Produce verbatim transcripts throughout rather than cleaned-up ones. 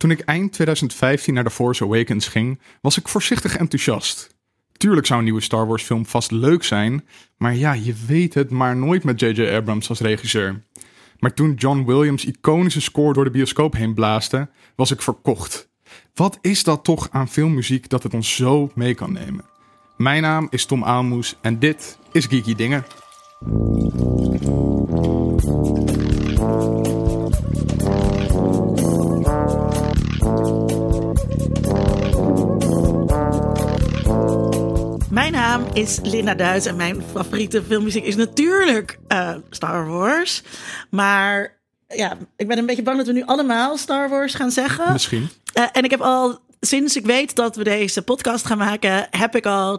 Toen ik eind twintig vijftien naar The Force Awakens ging, was ik voorzichtig enthousiast. Tuurlijk zou een nieuwe Star Wars film vast leuk zijn, maar ja, je weet het maar nooit met J J Abrams als regisseur. Maar toen John Williams' iconische score door de bioscoop heen blaasde, was ik verkocht. Wat is dat toch aan filmmuziek dat het ons zo mee kan nemen? Mijn naam is Tom Aalmoes en dit is Geeky Dingen. Mijn naam is Linda Duits en mijn favoriete filmmuziek is natuurlijk uh, Star Wars. Maar ja, ik ben een beetje bang dat we nu allemaal Star Wars gaan zeggen. Misschien. Uh, en ik heb al, sinds ik weet dat we deze podcast gaan maken, heb ik al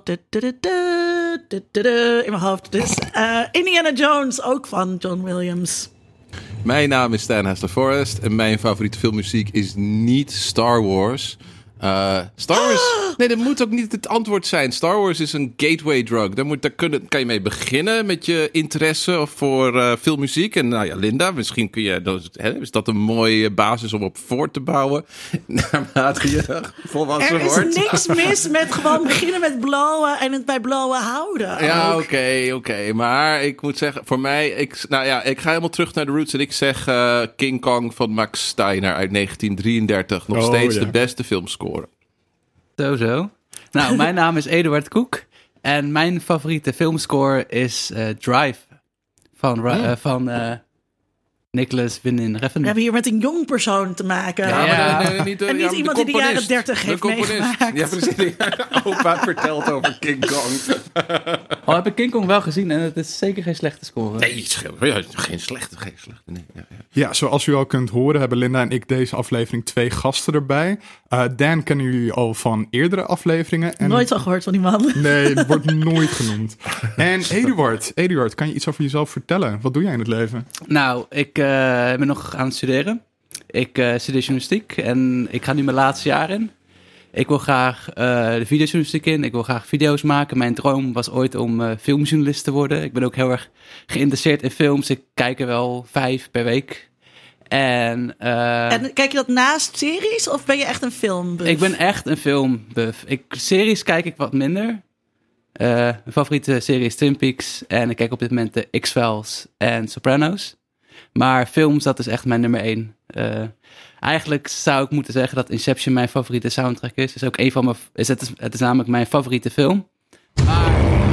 in mijn hoofd. Dus uh, Indiana Jones, ook van John Williams. Mijn naam is Stijn Haster-Forrest en mijn favoriete filmmuziek is niet Star Wars. Uh, Star Wars... Nee, dat moet ook niet het antwoord zijn. Star Wars is een gateway drug. Daar, moet, daar kun, kan je mee beginnen met je interesse voor uh, filmmuziek. En nou ja, Linda, misschien kun je... Dat, hè, is dat een mooie basis om op voor te bouwen? Naarmate je volwassen wordt. Er is niks mis met gewoon beginnen met blowen en het bij blowen houden. Ja, oké, oké. Okay. Maar ik moet zeggen, voor mij... Ik, nou ja, ik ga helemaal terug naar de roots en ik zeg uh, King Kong van Max Steiner uit negentien drieëndertig. Nog oh, steeds ja. de beste filmscore. Zo, zo. Nou, mijn naam is Eduard Koek. En mijn favoriete filmscore is uh, Drive. Van, uh, van uh, Nicholas Winding Refn. We hebben hier met een jong persoon te maken. Ja, Ja. maar nee, nee, niet, En niet ja, iemand die de jaren dertig heeft meegemaakt. Ja, precies. Opa vertelt over King Kong. Oh, heb ik King Kong wel gezien en het is zeker geen slechte score. Nee, ja, geen slechte, geen slechte. Nee, ja, ja. Ja, zoals u al kunt horen hebben Linda en ik deze aflevering twee gasten erbij. Uh, Dan kennen jullie al van eerdere afleveringen. En... Nooit al gehoord van die man. Nee, dat wordt nooit genoemd. En Eduard, Eduard, kan je iets over jezelf vertellen? Wat doe jij in het leven? Nou, ik uh, ben nog aan het studeren. Ik uh, studeer journalistiek en ik ga nu mijn laatste jaar in. Ik wil graag uh, de videojournalistiek in. Ik wil graag video's maken. Mijn droom was ooit om uh, filmjournalist te worden. Ik ben ook heel erg geïnteresseerd in films. Ik kijk er wel vijf per week. En, uh, en kijk je dat naast series of ben je echt een filmbuff? Ik ben echt een filmbuff. Ik, series kijk ik wat minder. Uh, mijn favoriete serie is Twin Peaks. En ik kijk op dit moment de X-Files en Sopranos. Maar films, dat is echt mijn nummer één. Uh, eigenlijk zou ik moeten zeggen dat Inception mijn favoriete soundtrack is. Het is ook een van mijn... Is het, is, het is namelijk mijn favoriete film. Maar...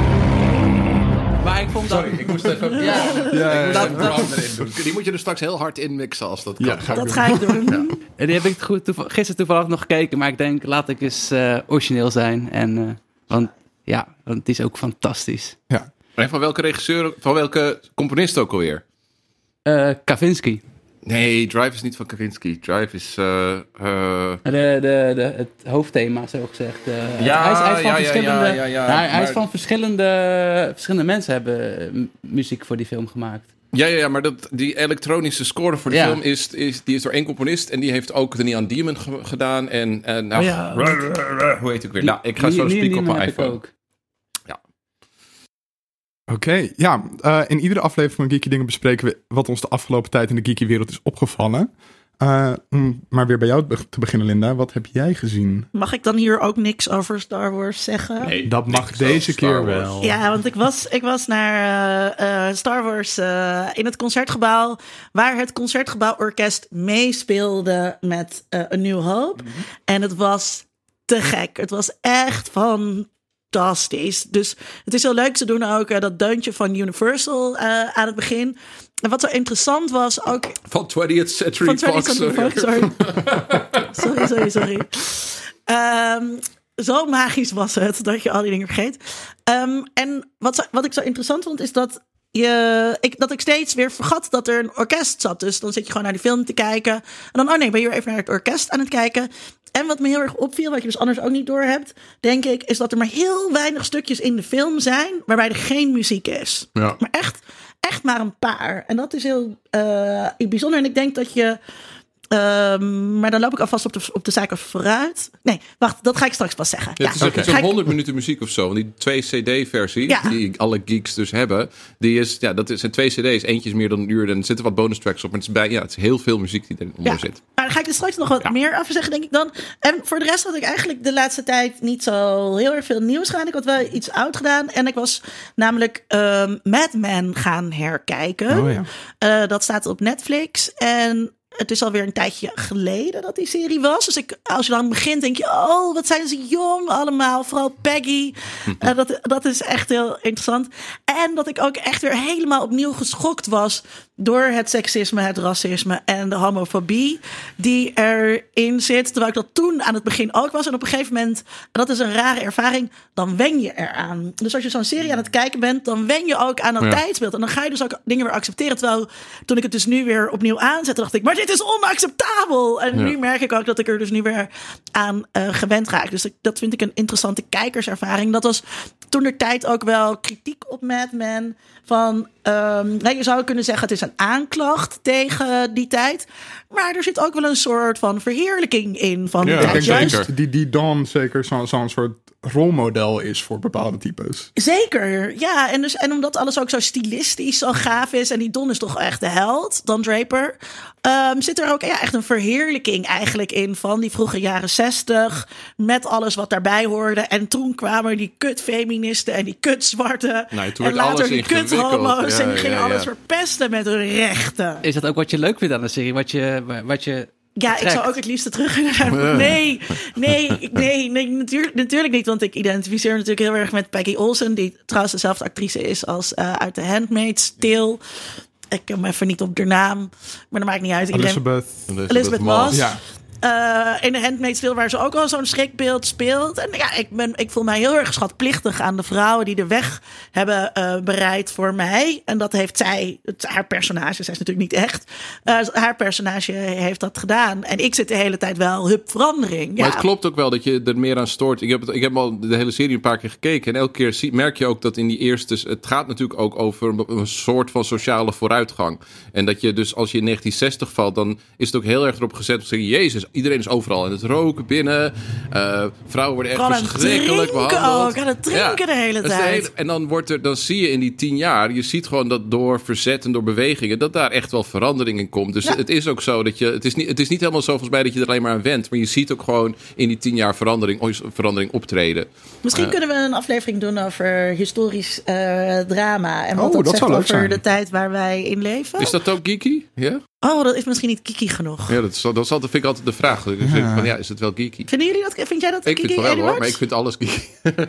Maar ik vond dat... Sorry, ik moest even... Ja, ja, ik moest dat, even dat, erin doen. Die moet je er straks heel hard inmixen als dat kan. Ja, ga ik dat doen. ga ik doen. Ja. En die heb ik goed toeval, gisteren toevallig nog gekeken. Maar ik denk, laat ik eens uh, origineel zijn. En, uh, want ja, want het is ook fantastisch. Ja. En van welke regisseur, van welke componist ook alweer? Uh, Kavinsky. Nee, Drive is niet van Kavinsky. Drive is... Uh, uh... De, de, de, het hoofdthema, zo gezegd. Uh, Ja, hij is, hij is van ja, ja, verschillende, ja, ja, ja, hij, hij maar- is van verschillende, verschillende mensen hebben m- muziek voor die film gemaakt. Ja, ja, ja, maar dat, die elektronische score voor de Ja. film is, is, die is door één componist. En die heeft ook de Neon Demon ge- gedaan. En, en nou, Oh ja. hoe heet ik weer? Nou, ik ga Die- zo die- spieken die op mijn heb ik iPhone. ook. Oké, okay, ja. Uh, in iedere aflevering van Geeky Dingen bespreken we wat ons de afgelopen tijd in de geeky wereld is opgevallen. Uh, om maar weer bij jou te beginnen, Linda. Wat heb jij gezien? Mag ik dan hier ook niks over Star Wars zeggen? Nee, Dat mag niks deze over Star keer Wars. wel. Ja, want ik was, ik was naar uh, uh, Star Wars uh, in het Concertgebouw, waar het Concertgebouworkest meespeelde met uh, A New Hope. Mm-hmm. En het was te gek. Het was echt fantastisch. Dus het is heel leuk. Ze doen ook uh, dat deuntje van Universal uh, aan het begin. En wat zo interessant was ook... Van twentieth Century Van twentieth Fox. Century Fox, sorry. sorry, sorry, sorry. Um, zo magisch was het, dat je al die dingen vergeet. Um, en wat, zo, wat ik zo interessant vond, is dat, je, ik, dat ik steeds weer vergat dat er een orkest zat. Dus dan zit je gewoon naar die film te kijken. En dan, oh nee, ben je weer even naar het orkest aan het kijken. En wat me heel erg opviel, wat je dus anders ook niet door hebt, denk ik, is dat er maar heel weinig stukjes in de film zijn waarbij er geen muziek is. Ja. Maar echt, echt maar een paar. En dat is heel uh, bijzonder. En ik denk dat je Um, maar dan loop ik alvast op de, op de zaken vooruit. Nee, wacht, dat ga ik straks pas zeggen. Ja, Ja, het is ook oké. zo'n Ga ik- honderd minuten muziek of zo. Want die twee cd-versie, Ja. die alle geeks dus hebben, die is, ja, dat is, zijn twee cd's. Eentje is meer dan een uur en er zitten wat bonus tracks op. Maar het is, bij, ja, het is heel veel muziek die eronder Ja. zit. Maar daar ga ik er straks nog wat Ja. meer over zeggen, denk ik dan. En voor de rest had ik eigenlijk de laatste tijd niet zo heel erg veel nieuws gedaan. Ik had wel iets oud gedaan. En ik was namelijk um, Mad Men gaan herkijken. Oh ja. Uh, dat staat op Netflix. En het is alweer een tijdje geleden dat die serie was. Dus ik, als je dan begint, denk je... oh, wat zijn ze jong allemaal. Vooral Peggy. Uh, dat, dat is echt heel interessant. En dat ik ook echt weer helemaal opnieuw geschokt was... door het seksisme, het racisme en de homofobie... die erin zit. Terwijl ik dat toen aan het begin ook was. En op een gegeven moment, dat is een rare ervaring... dan wen je eraan. Dus als je zo'n serie aan het kijken bent... dan wen je ook aan dat Ja. tijdsbeeld. En dan ga je dus ook dingen weer accepteren. Terwijl toen ik het dus nu weer opnieuw aanzette... dacht ik, maar dit is onacceptabel. En Ja. nu merk ik ook dat ik er dus nu weer aan uh, gewend raak. Dus ik, dat vind ik een interessante kijkerservaring. Dat was toen de tijd ook wel kritiek op Mad Men. Van, um, nee, je zou kunnen zeggen, het is een aanklacht tegen die tijd. Maar er zit ook wel een soort van verheerlijking in. Van Ja, dat Ik denk juist, zeker. dat die, die Dawn zeker zo'n zo'n soort rolmodel is voor bepaalde types. Zeker, ja. En, dus, en omdat alles ook zo stilistisch zo gaaf is... en die Don is toch echt de held, Don Draper... Um, zit er ook ja, echt een verheerlijking eigenlijk in... van die vroege jaren zestig... met alles wat daarbij hoorde. En toen kwamen die kut-feministen en die kut-zwarte... Nee, toen en werd later alles die ingewikkeld. kut-homo's... Ja, en die gingen ja, ja. alles verpesten met hun rechten. Is dat ook wat je leuk vindt aan de serie? Wat je, wat je Ja, ik trekt? zou ook het liefste terug naar... Nee, nee, nee, nee natuurlijk, natuurlijk niet. Want ik identificeer me natuurlijk heel erg met Peggy Olsen... die trouwens dezelfde actrice is als uh, uit The Handmaid's Tale. Ik kom even niet op de naam, maar dat maakt niet uit. Iedereen... Elizabeth. Elizabeth Moss. Ja. Uh, in de Handmaid's Tale, waar ze ook al zo'n schrikbeeld speelt. En ja, ik, ben, ik voel mij heel erg schatplichtig aan de vrouwen die de weg hebben uh, bereid voor mij. En dat heeft zij, het, haar personage, zij is natuurlijk niet echt. Uh, haar personage heeft dat gedaan. En ik zit de hele tijd wel, hup, verandering. Ja. Maar het klopt ook wel dat je er meer aan stoort. Ik heb, het, ik heb al de hele serie een paar keer gekeken. En elke keer zie, merk je ook dat in die eerste... Het gaat natuurlijk ook over een, een soort van sociale vooruitgang. En dat je dus als je in negentien zestig valt... dan is het ook heel erg erop gezet om te zeggen... Jezus, iedereen is overal aan het roken binnen. Uh, vrouwen worden echt Gewoon aan het verschrikkelijk drinken behandeld. ook, aan het drinken de hele dat is tijd. hele- en dan, wordt er, dan zie je in die tien jaar... Je ziet gewoon dat door verzet en door bewegingen... dat daar echt wel verandering in komt. Dus Ja. het is ook zo dat je... Het is, niet, het is niet helemaal zo volgens mij dat je er alleen maar aan went. Maar je ziet ook gewoon in die tien jaar verandering, verandering optreden. Misschien Uh, kunnen we een aflevering doen over historisch uh, drama. En wat Oh, dat, dat zegt zou leuk over zijn. de tijd waar wij in leven. Is dat ook geeky? Ja? Oh, dat is misschien niet kiki genoeg. Ja, dat is, dat is altijd, vind ik altijd de vraag. Ik zeg van, ja, is het wel geeky? Vinden jullie dat? Vind jij dat Ik kiki, vind het wel hoor, Eduard? maar ik vind alles geeky.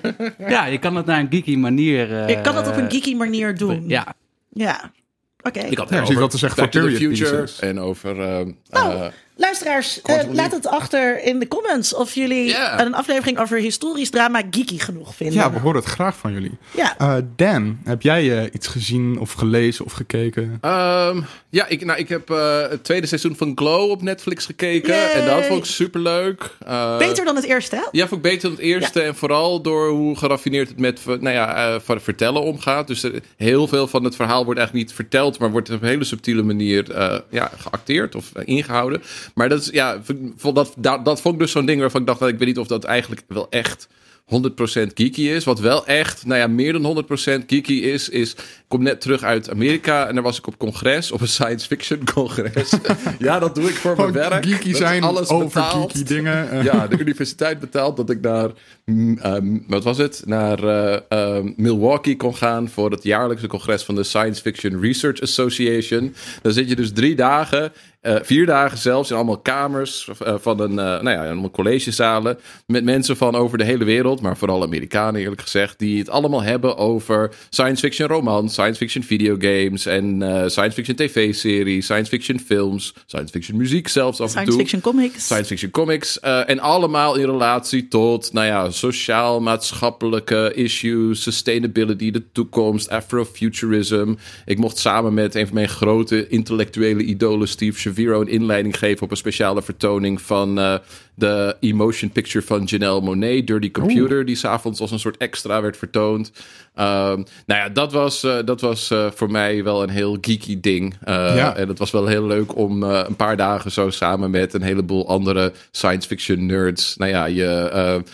Ja, je kan het naar een geeky manier... uh, Je kan dat op een geeky manier doen. Ja, Ja, oké. Ik had Ja, het zie over wat te zeggen Back voor to the period Future pieces. en over... Uh, Nou, uh, luisteraars, uh, Quantum laat Leap. het achter in de comments of jullie Ja. een aflevering over historisch drama geeky genoeg vinden. Ja, we horen het graag van jullie. Ja. Uh, Dan, heb jij uh, iets gezien of gelezen of gekeken? Um, ja, ik, nou, ik heb uh, het tweede seizoen van Glow op Netflix gekeken. Yay. En dat vond ik superleuk. Uh, Beter dan het eerste, hè? Ja, vond ik beter dan het eerste. En vooral door hoe geraffineerd het met nou ja, uh, van vertellen omgaat. Dus er, heel veel van het verhaal wordt eigenlijk niet verteld, maar wordt op een hele subtiele manier uh, ja, geacteerd of uh, ingehouden. Maar dat, is, ja, vond dat, dat, dat vond ik dus zo'n ding waarvan ik dacht, dat ik weet niet of dat eigenlijk wel echt honderd procent geeky is. Wat wel echt, nou ja, meer dan honderd procent geeky is, is... Ik kom net terug uit Amerika en daar was ik op congres, op een science fiction congres. Ja, dat doe ik voor mijn Gewoon werk. geeky Dat is zijn alles over betaald. geeky dingen. Uh, Ja, de universiteit betaalt dat ik naar, mm, um, wat was het? Naar uh, um, Milwaukee kon gaan voor het jaarlijkse congres van de Science Fiction Research Association. Dan zit je dus drie dagen, uh, vier dagen zelfs, in allemaal kamers uh, van een, uh, nou ja, allemaal collegezalen met mensen van over de hele wereld, maar vooral Amerikanen eerlijk gezegd, die het allemaal hebben over science fiction romans, science fiction videogames en uh, science fiction tv-series, science fiction films, science fiction muziek zelfs af en Science toe. fiction comics. Science fiction comics. Uh, en allemaal in relatie tot, nou ja, sociaal-maatschappelijke issues, sustainability, de toekomst, afrofuturism. Ik mocht samen met een van mijn grote intellectuele idolen, Steve Shaviro, een inleiding geven op een speciale vertoning van uh, de emotion picture van Janelle Monáe, Dirty Computer, Oeh. die s'avonds als een soort extra werd vertoond. Um, nou ja, dat was, uh, dat dat was uh, voor mij wel een heel geeky ding. Uh, ja. En het was wel heel leuk om uh, een paar dagen zo samen met een heleboel andere science fiction nerds, nou ja, je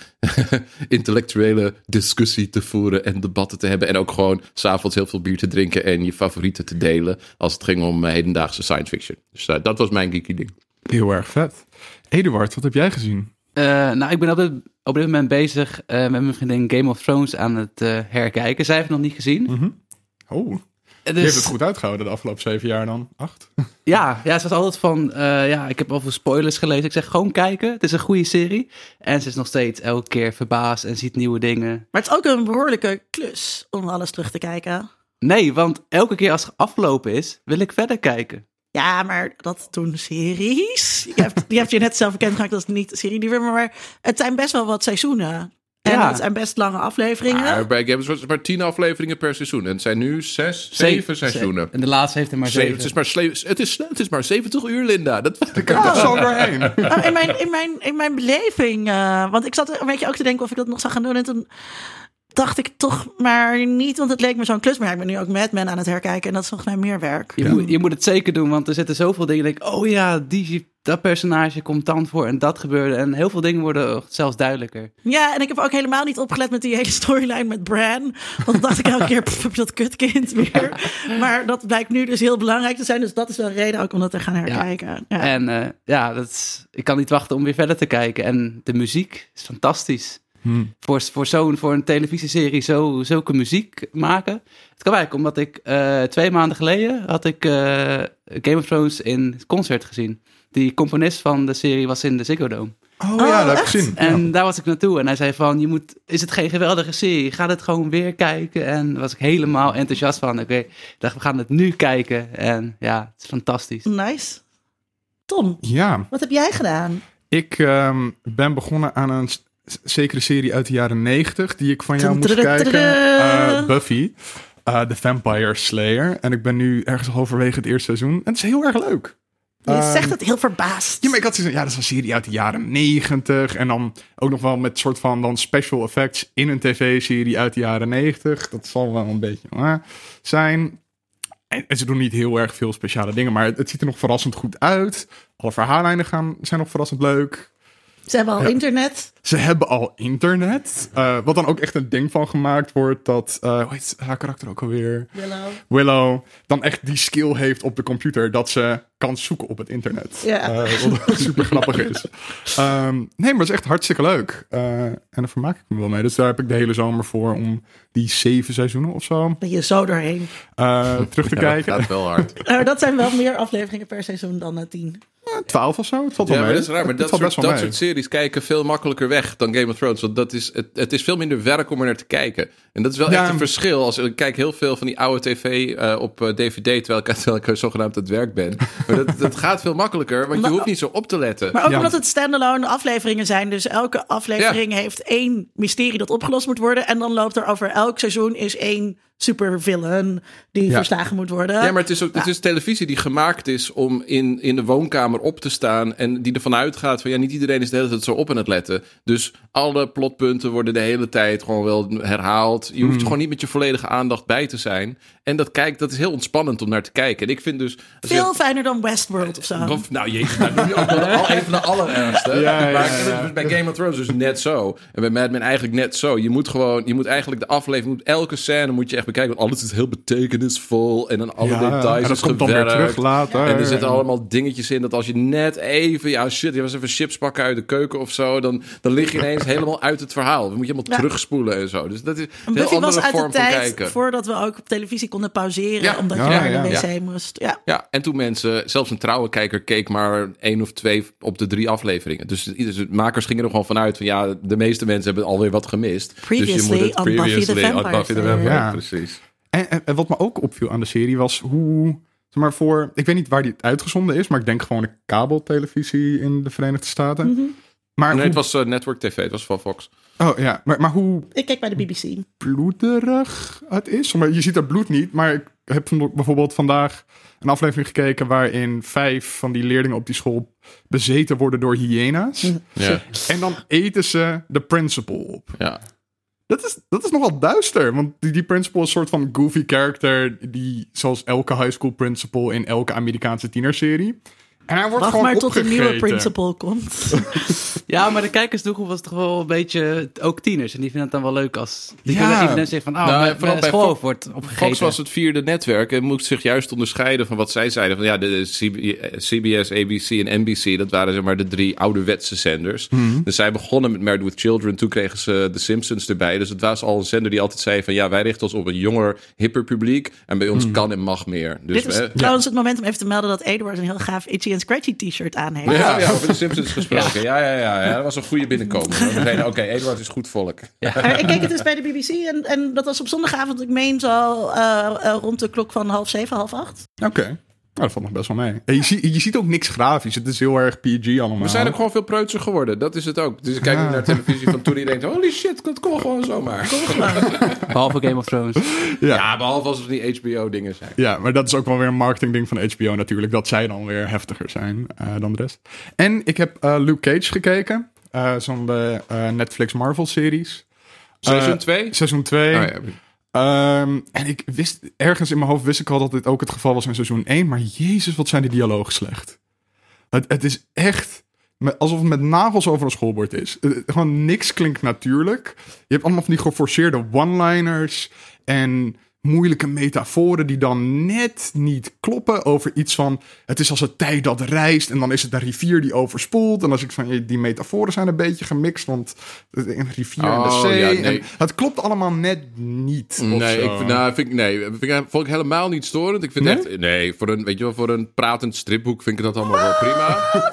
uh, intellectuele discussie te voeren en debatten te hebben. En ook gewoon 's avonds heel veel bier te drinken en je favorieten te delen als het ging om uh, hedendaagse science fiction. Dus uh, dat was mijn geeky ding. Heel erg vet. Eduard, wat heb jij gezien? Uh, nou, ik ben op dit, op dit moment bezig uh, met mijn vriendin Game of Thrones aan het uh, herkijken. Zij heeft het nog niet gezien. Mm-hmm. Oh, dus, je hebt het goed uitgehouden de afgelopen zeven jaar dan? Acht? Ja, ja, ze was altijd van, uh, ja, ik heb al veel spoilers gelezen. Ik zeg, gewoon kijken. Het is een goede serie. En ze is nog steeds elke keer verbaasd en ziet nieuwe dingen. Maar het is ook een behoorlijke klus om alles terug te kijken. Nee, want elke keer als het afgelopen is, wil ik verder kijken. Ja, maar dat doen series. Je hebt, die heb je net zelf bekendgemaakt dat het niet serie die weer, maar het zijn best wel wat seizoenen. En ja. Het zijn best lange afleveringen. Maar bij Game of Thrones is maar tien afleveringen per seizoen. En het zijn nu zes, zeven seizoenen. En de laatste heeft er maar zeven. Het is maar, sle- het is, het is maar zeventig uur, Linda. Dat kan ik er toch zo doorheen. Nou, in, mijn, in, mijn, in mijn beleving, uh, want ik zat er een beetje ook te denken of ik dat nog zou gaan doen. En toen dacht ik toch maar niet, want het leek me zo'n klus. Maar ja, ik ben nu ook Mad Men aan het herkijken en dat is volgens mij meer werk. Je, ja. moet, je moet het zeker doen, want er zitten zoveel dingen. Denk, oh ja, die, dat personage komt dan voor en dat gebeurde. En heel veel dingen worden zelfs duidelijker. Ja, en ik heb ook helemaal niet opgelet met die hele storyline met Bran. Want dan dacht ik elke keer, pff, heb je dat kutkind weer. Maar dat blijkt nu dus heel belangrijk te zijn. Dus dat is wel een reden ook om dat te gaan herkijken. Ja. Ja. En uh, ja, dat is, ik kan niet wachten om weer verder te kijken. En de muziek is fantastisch. Hmm. Voor, voor, zo'n, voor een televisieserie zo, zulke muziek maken. Het kan eigenlijk omdat ik uh, twee maanden geleden had ik uh, Game of Thrones in concert gezien. Die componist van de serie was in de Ziggo Dome. Oh, oh ja, dat heb ik gezien. En ja. daar was ik naartoe. En hij zei van, je moet, is het geen geweldige serie? Ga het gewoon weer kijken. En daar was ik helemaal enthousiast van. Oké, okay, ik dacht, we gaan het nu kijken. En ja, het is fantastisch. Nice. Tom, ja. Wat heb jij gedaan? Ik um, ben begonnen aan een zekere serie uit de jaren negentig die ik van jou moest kijken. Uh, Buffy, uh, The Vampire Slayer. En ik ben nu ergens halverwege het eerste seizoen. En het is heel erg leuk. Je uh, zegt het heel verbaasd. Ja, maar ik had zoiets van, ja, dat is een serie uit de jaren negentig. En dan ook nog wel met soort van dan special effects in een tv-serie uit de jaren negentig. Dat zal wel een beetje uh, zijn. En, en ze doen niet heel erg veel speciale dingen, maar het, het ziet er nog verrassend goed uit. Alle verhaallijnen gaan, zijn nog verrassend leuk. Ze hebben al ja. internet. Ze hebben al internet. Uh, wat dan ook echt een ding van gemaakt wordt. Dat, uh, hoe heet haar karakter ook alweer? Willow. Willow. Dan echt die skill heeft op de computer. Dat ze kan zoeken op het internet. Ja. Uh, wat super grappig is. Um, nee, maar het is echt hartstikke leuk. Uh, en daar vermaak ik me wel mee. Dus daar heb ik de hele zomer voor om die zeven seizoenen of zo. Ben je zo doorheen. Uh, terug te ja, kijken. Dat gaat wel hard. Nou, dat zijn wel meer afleveringen per seizoen dan uh, tien. twaalf of zo. Het valt wel ja, mee. Maar dat is raar. Maar dat, soort, dat soort series kijken veel makkelijker weg dan Game of Thrones. Want dat is, het, het is veel minder werk om er naar te kijken. En dat is wel ja, echt een verschil. Als, ik kijk heel veel van die oude tv uh, op uh, D V D, terwijl ik, terwijl ik zogenaamd aan het werk ben. Maar dat, dat gaat veel makkelijker, want je hoeft niet zo op te letten. Maar ook ja. omdat het standalone afleveringen zijn. Dus elke aflevering ja. heeft één mysterie dat opgelost moet worden. En dan loopt er over elk seizoen is één supervillain die ja. verslagen moet worden. Ja, maar het is, ook, ja. het is televisie die gemaakt is om in, in de woonkamer op te staan en die ervan uitgaat van ja, niet iedereen is de hele tijd zo op aan het letten. Dus alle plotpunten worden de hele tijd gewoon wel herhaald. Je hoeft mm. gewoon niet met je volledige aandacht bij te zijn. En dat, kijk, dat is heel ontspannend om naar te kijken. En ik vind dus... Veel je, fijner dan Westworld of zo. Of, nou jezus, nou doe je ook wel al een van de allerergste. Ja, ja, maar ja, ja. bij Game of Thrones dus net zo. En bij Mad Men eigenlijk net zo. Je moet gewoon, je moet eigenlijk de aflevering, moet elke scène moet je echt bekijken. Want alles is heel betekenisvol. En dan alle ja, details en dat is komt gewerkt. Dan weer terug later. En er zitten allemaal dingetjes in dat als je net even... Ja, shit, je was even chips pakken uit de keuken of zo. Dan, dan lig je ineens helemaal uit het verhaal. Dan moet je helemaal ja. terugspoelen en zo. Dus dat is een heel andere vorm van kijken. Voordat we ook op televisie konden pauzeren. Ja. Omdat ja, je naar ja, de wc ja. moest. Ja. ja, en toen mensen... Zelfs een trouwe kijker keek maar één of twee op de drie afleveringen. Dus, dus de makers gingen er gewoon vanuit van... Ja, de meeste mensen hebben alweer wat gemist. Previously dus je moet het on Buffy the Vampire on Buffy the Vampire, ja. precies. En, en, en wat me ook opviel aan de serie was hoe... Zeg maar voor, ik weet niet waar die uitgezonden is... maar ik denk gewoon de kabeltelevisie in de Verenigde Staten. Mm-hmm. Maar nee, hoe... het was uh, Network T V, het was van Fox. Oh ja, maar, maar hoe... Ik kijk bij de B B C. Bloederig het is. Maar je ziet dat bloed niet, maar ik heb bijvoorbeeld vandaag een aflevering gekeken... waarin vijf van die leerlingen op die school bezeten worden door hyena's. Ja. En dan eten ze de principal op. Ja. Dat is, dat is nogal duister. Want die, die principal is een soort van goofy character. Die, zoals elke high school principal in elke Amerikaanse tienerserie. En hij wordt Wacht gewoon maar tot de opgegeten. nieuwe principal komt. Ja, maar de kijkersdoelgroep was toch wel een beetje ook tieners. En die vinden het dan wel leuk als... Die Ja. kunnen even zeggen van, oh, Nou, mijn, vooral mijn bij school Fo- wordt opgegeten. Fox was het vierde netwerk en moest zich juist onderscheiden van wat zij zeiden. Van ja, de C B S, A B C en N B C, dat waren zeg maar de drie ouderwetse zenders. Mhm. Dus zij begonnen met Married with Children, toen kregen ze The Simpsons erbij. Dus het was al een zender die altijd zei van ja, wij richten ons op een jonger, hipper publiek. En bij ons kan en mag meer. Dus Dit is we- trouwens het moment om even te melden dat Eduard een heel gaaf Itchy and Scratchy t-shirt aan heeft. Ja, ja, over de Simpsons gesproken. Ja, ja, ja, ja, dat was een goede binnenkomen. We zeiden, oké, Eduard is goed volk. Maar ik keek het dus bij de B B C en, en dat was op zondagavond, ik meen zo uh, uh, rond de klok van half zeven, half acht. Oké. Nou, dat valt nog best wel mee. En je, zie, je ziet ook niks grafisch. Het is heel erg P G allemaal. We zijn ook gewoon veel preutser geworden. Dat is het ook. Dus ik kijk nu naar televisie van toen je denkt, holy shit, dat kon gewoon zomaar. Behalve Game of Thrones. Ja. Ja, behalve als het die H B O dingen zijn. Ja, maar dat is ook wel weer een marketingding van H B O natuurlijk. Dat zij dan weer heftiger zijn uh, dan de rest. En ik heb uh, Luke Cage gekeken. Uh, Zo'n de uh, Netflix Marvel-series. Seizoen Uh, twee? Seizoen twee. Oh, ja. Um, en ik wist, ergens in mijn hoofd wist ik al dat dit ook het geval was in seizoen één. Maar jezus, wat zijn die dialogen slecht. Het, het is echt met, alsof het met nagels over een schoolbord is. Uh, gewoon niks klinkt natuurlijk. Je hebt allemaal van die geforceerde one-liners en moeilijke metaforen die dan net niet kloppen over iets van... Het is als het tij dat reist en dan is het een rivier die overspoelt. En als ik van, die metaforen zijn een beetje gemixt, want een rivier en de Oh, zee. ja, nee. En het klopt allemaal net niet. of Nee, zo. ik, nou, vind ik, nee, vind ik, vond ik helemaal niet storend. Ik vind Nee? echt, nee, voor een, weet je wel, voor een pratend stripboek vind ik dat allemaal wel prima.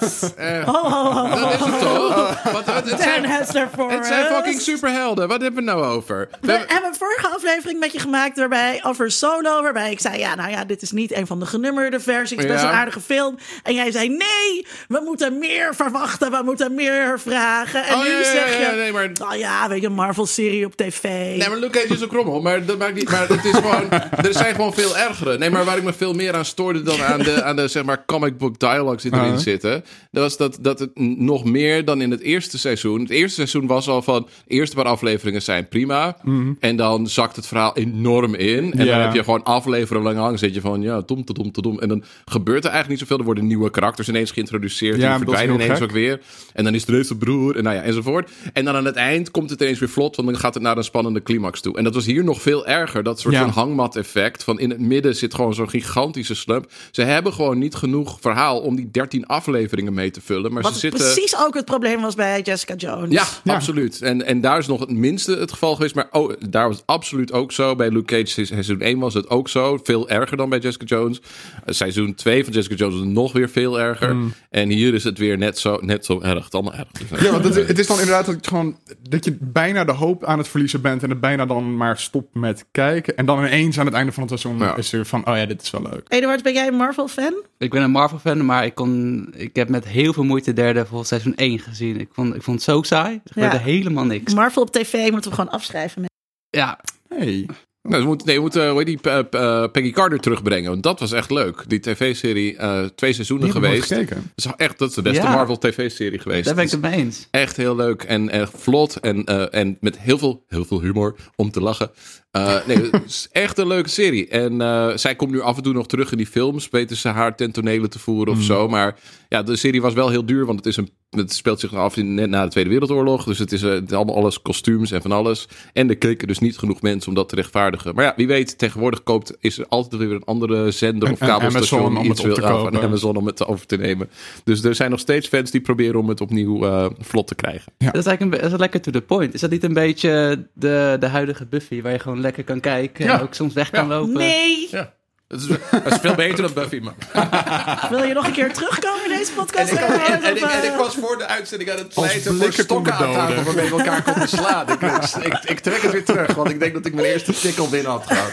Eh, Oh, oh, oh. dat is het toch? Want het, het, Dan zijn, Hester voor het zijn us. fucking superhelden. Wat hebben we nou over? We We hebben- hebben een vorige aflevering met je gemaakt waarbij, over Solo, waarbij ik zei, ja, nou ja, dit is niet een van de genummerde versies, het is best Ja. een aardige film. En jij zei, nee, we moeten meer verwachten, we moeten meer vragen. En Oh, nu ja, ja, zeg ja, je, nee, maar- nou ja, weet je, een Marvel-serie op tv. Nee, maar Luke Cage is ook rommel. Maar dat maakt niet. Maar het is gewoon. Er zijn gewoon veel ergere. Nee, maar waar ik me veel meer aan stoorde dan aan de, aan de zeg maar, comic book dialogues die erin Uh-huh. zitten. Dat was dat, dat het n- nog meer dan in het eerste seizoen. Het eerste seizoen was al van. De eerste paar afleveringen zijn prima. En dan zakt het verhaal enorm in. En Ja. dan heb je gewoon afleveringen lang lang. Zit je van. Ja, tom, tom, tom, tom. En dan gebeurt er eigenlijk niet zoveel. Er worden nieuwe karakters ineens geïntroduceerd. Ja, en die dat is verdwijnen heel ineens gek. ook weer. En dan is het ineens zijn broer. En nou ja, enzovoort. En dan aan het eind komt het ineens weer vlot. Want dan gaat het naar een spannende climax toe. En dat was hier nog veel erger. Dat soort Ja. van hangmat-effect. Van in het midden zit gewoon zo'n gigantische slump. Ze hebben gewoon niet genoeg verhaal om die dertien afleveringen mee te vullen. Maar Wat ze zitten. precies ook het probleem was bij Jessica Jones. Ja, Ja. absoluut. En, en daar is nog het minste het geval geweest. Maar oh, daar was het absoluut ook zo. Bij Luke Cage seizoen één was het ook zo. Veel erger dan bij Jessica Jones. Uh, seizoen twee van Jessica Jones was nog weer veel erger. En hier is het weer net zo, net zo erg. Het allemaal erg. Dus, Ja, want het, het is dan inderdaad dat, je gewoon, dat je bijna de hoop aan het verliezen bent en het bijna dan maar stopt met kijken. En dan ineens aan het einde van het seizoen Ja. is er van, oh ja, dit is wel leuk. Eduard, ben jij een Marvel-fan? Ik ben een Marvel-fan, maar ik, kon, ik heb met heel veel moeite derde voor seizoen één gezien. Ik vond, ik vond het zo saai. Er gebeurde Ja. helemaal niks. Marvel op tv moeten we gewoon afschrijven. Ja, Hey. Nou, we moeten, nee, we moeten hoe heet die, uh, uh, Peggy Carter terugbrengen. Want dat was echt leuk. Die tv-serie, uh, twee seizoenen Die heb ik geweest. nooit Dat gekeken. is echt dat is de beste Ja. Marvel tv-serie geweest. daar ben ik Het het mee eens. is echt heel leuk en, en vlot. En, uh, en met heel veel, heel veel humor om te lachen. Uh, nee, het is echt een leuke serie. En uh, zij komt nu af en toe nog terug in die films. Weten ze haar ten tonele te voeren of zo. Maar ja, de serie was wel heel duur. Want het, is een, het speelt zich af in, net na de Tweede Wereldoorlog. Dus het is, uh, het is allemaal alles kostuums en van alles. En er keken dus niet genoeg mensen om dat te rechtvaardigen. Maar ja, wie weet, tegenwoordig koopt, is er altijd weer een andere zender of En- en kabelstation. Amazon om iets het op te wil- uh, kopen. van Amazon om het over te nemen. Dus er zijn nog steeds fans die proberen om het opnieuw uh, vlot te krijgen. Ja. Dat is eigenlijk een, be- dat is lekker to the point. Is dat niet een beetje de, de huidige Buffy, waar je gewoon lekker kan kijken en Ja. ook soms weg kan Ja. lopen? Nee! Ja. Dat is, dat is veel beter dan Buffy, man. Wil je nog een keer terugkomen in deze En podcast? ik, en, en, Of, ik, en ik uh, was voor de uitzending aan het pleiten voor blikken stokken aan konden tafel doden. waarmee we elkaar konden slaan. Ik, ik, ik trek het weer terug, want ik denk dat ik mijn eerste tikkel binnen had gehad.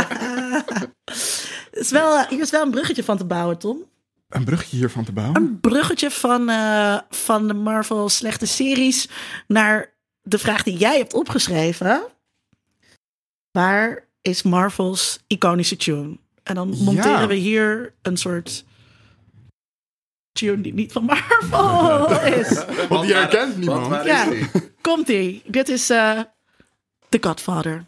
Het is wel, hier is wel een bruggetje van te bouwen, Tom. Een brugje hiervan te bouwen. Een bruggetje van, eh, van de Marvel slechte series naar de vraag die jij hebt opgeschreven. Waar is Marvel's iconische tune? En dan monteren Ja. we hier een soort tune die niet van Marvel is. Want die herkent niemand. Want waar Ja. is die? Komt-ie. Dit is... eh, The Godfather.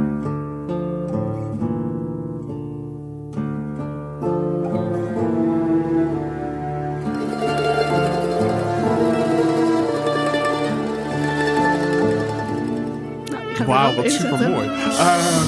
Wauw, wat supermooi. Uh,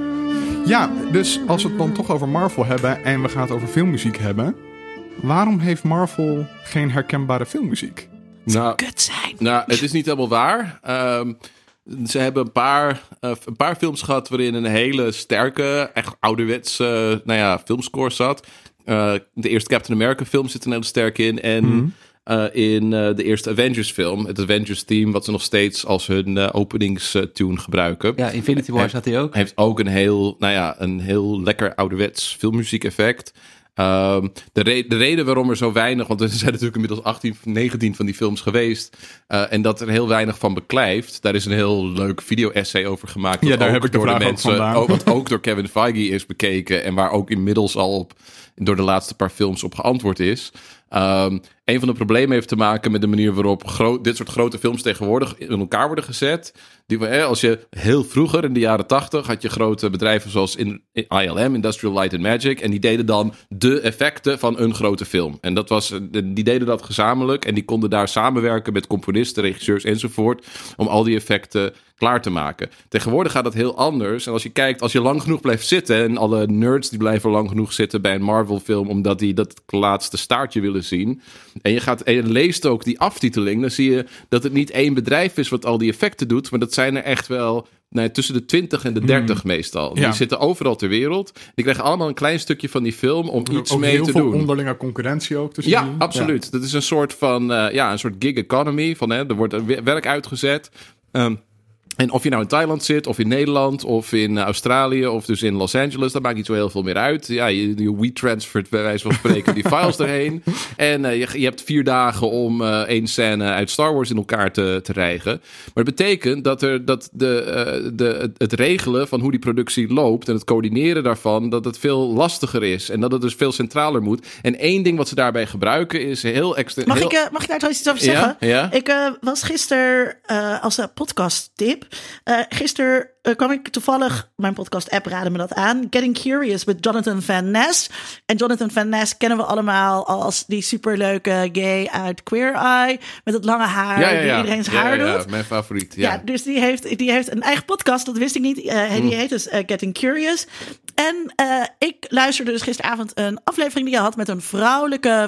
ja, dus als we het dan toch over Marvel hebben en we gaan het over filmmuziek hebben, waarom heeft Marvel geen herkenbare filmmuziek? Nou, Kut zijn. nou, het is niet helemaal waar. Um, ze hebben een paar, uh, een paar films gehad waarin een hele sterke, echt ouderwetse uh, nou ja, filmscore zat. Uh, de eerste Captain America film zit er een hele sterk in. En mm-hmm. uh, in uh, de eerste Avengers film, het Avengers theme, wat ze nog steeds als hun uh, openingstune gebruiken. Ja, Infinity War had hij ook. Heeft ook een heel, nou ja, een heel lekker ouderwets filmmuziek effect. Um, de, re- de reden waarom er zo weinig, want er zijn natuurlijk inmiddels achttien, negentien van die films geweest. Uh, en dat er heel weinig van beklijft. Daar is een heel leuk video-essay over gemaakt. Ja, daar heb ik de door vraag de mensen, ook vandaan. ook, wat ook door Kevin Feige is bekeken. En waar ook inmiddels al op, door de laatste paar films op geantwoord is. Um, een van de problemen heeft te maken met de manier waarop gro- dit soort grote films tegenwoordig in elkaar worden gezet. Die, eh, als je heel vroeger in de jaren tachtig had je grote bedrijven zoals in, in I L M, Industrial Light and Magic. En die deden dan de effecten van een grote film. En dat was, die deden dat gezamenlijk. En die konden daar samenwerken met componisten, regisseurs enzovoort. Om al die effecten klaar te maken. Tegenwoordig gaat dat heel anders. En als je kijkt, als je lang genoeg blijft zitten. En alle nerds die blijven lang genoeg zitten bij een Marvel film. Omdat die dat laatste staartje willen zien. En je gaat en je leest ook die aftiteling. Dan zie je dat het niet één bedrijf is wat al die effecten doet. Maar dat zijn er echt wel nee, tussen de twintig en de dertig mm. meestal. Ja. Die zitten overal ter wereld. Die krijgen allemaal een klein stukje van die film om iets ook mee te doen. Heel veel onderlinge concurrentie ook tussen Ja, die. absoluut. Ja. Dat is een soort van uh, ja, een soort gig economy. Van, hè, er wordt werk uitgezet. Um, En of je nou in Thailand zit, of in Nederland, of in Australië, of dus in Los Angeles, dat maakt niet zo heel veel meer uit. Ja, je, je WeTransfert bij wijze van spreken die files erheen. En uh, je, je hebt vier dagen om uh, één scène uit Star Wars in elkaar te, te rijgen. Maar het betekent dat, er, dat de, uh, de, het regelen van hoe die productie loopt en het coördineren daarvan, dat het veel lastiger is. En dat het dus veel centraler moet. En één ding wat ze daarbij gebruiken is heel extra... Mag, heel... ik, uh, mag ik daar trouwens iets over zeggen? Ja? Ja? Ik uh, was gisteren uh, als een podcast tip. Uh, gisteren uh, kwam ik toevallig, mijn podcast-app raadde me dat aan. Getting Curious met Jonathan Van Ness. En Jonathan Van Ness kennen we allemaal als die superleuke gay uit Queer Eye. Met het lange haar, ja, ja, ja. die iedereen's haar ja, ja, ja. doet. Mijn favoriet, ja. ja dus die heeft, die heeft een eigen podcast, dat wist ik niet. Uh, die mm. heet dus uh, Getting Curious. En uh, ik luisterde dus gisteravond een aflevering die je had met een vrouwelijke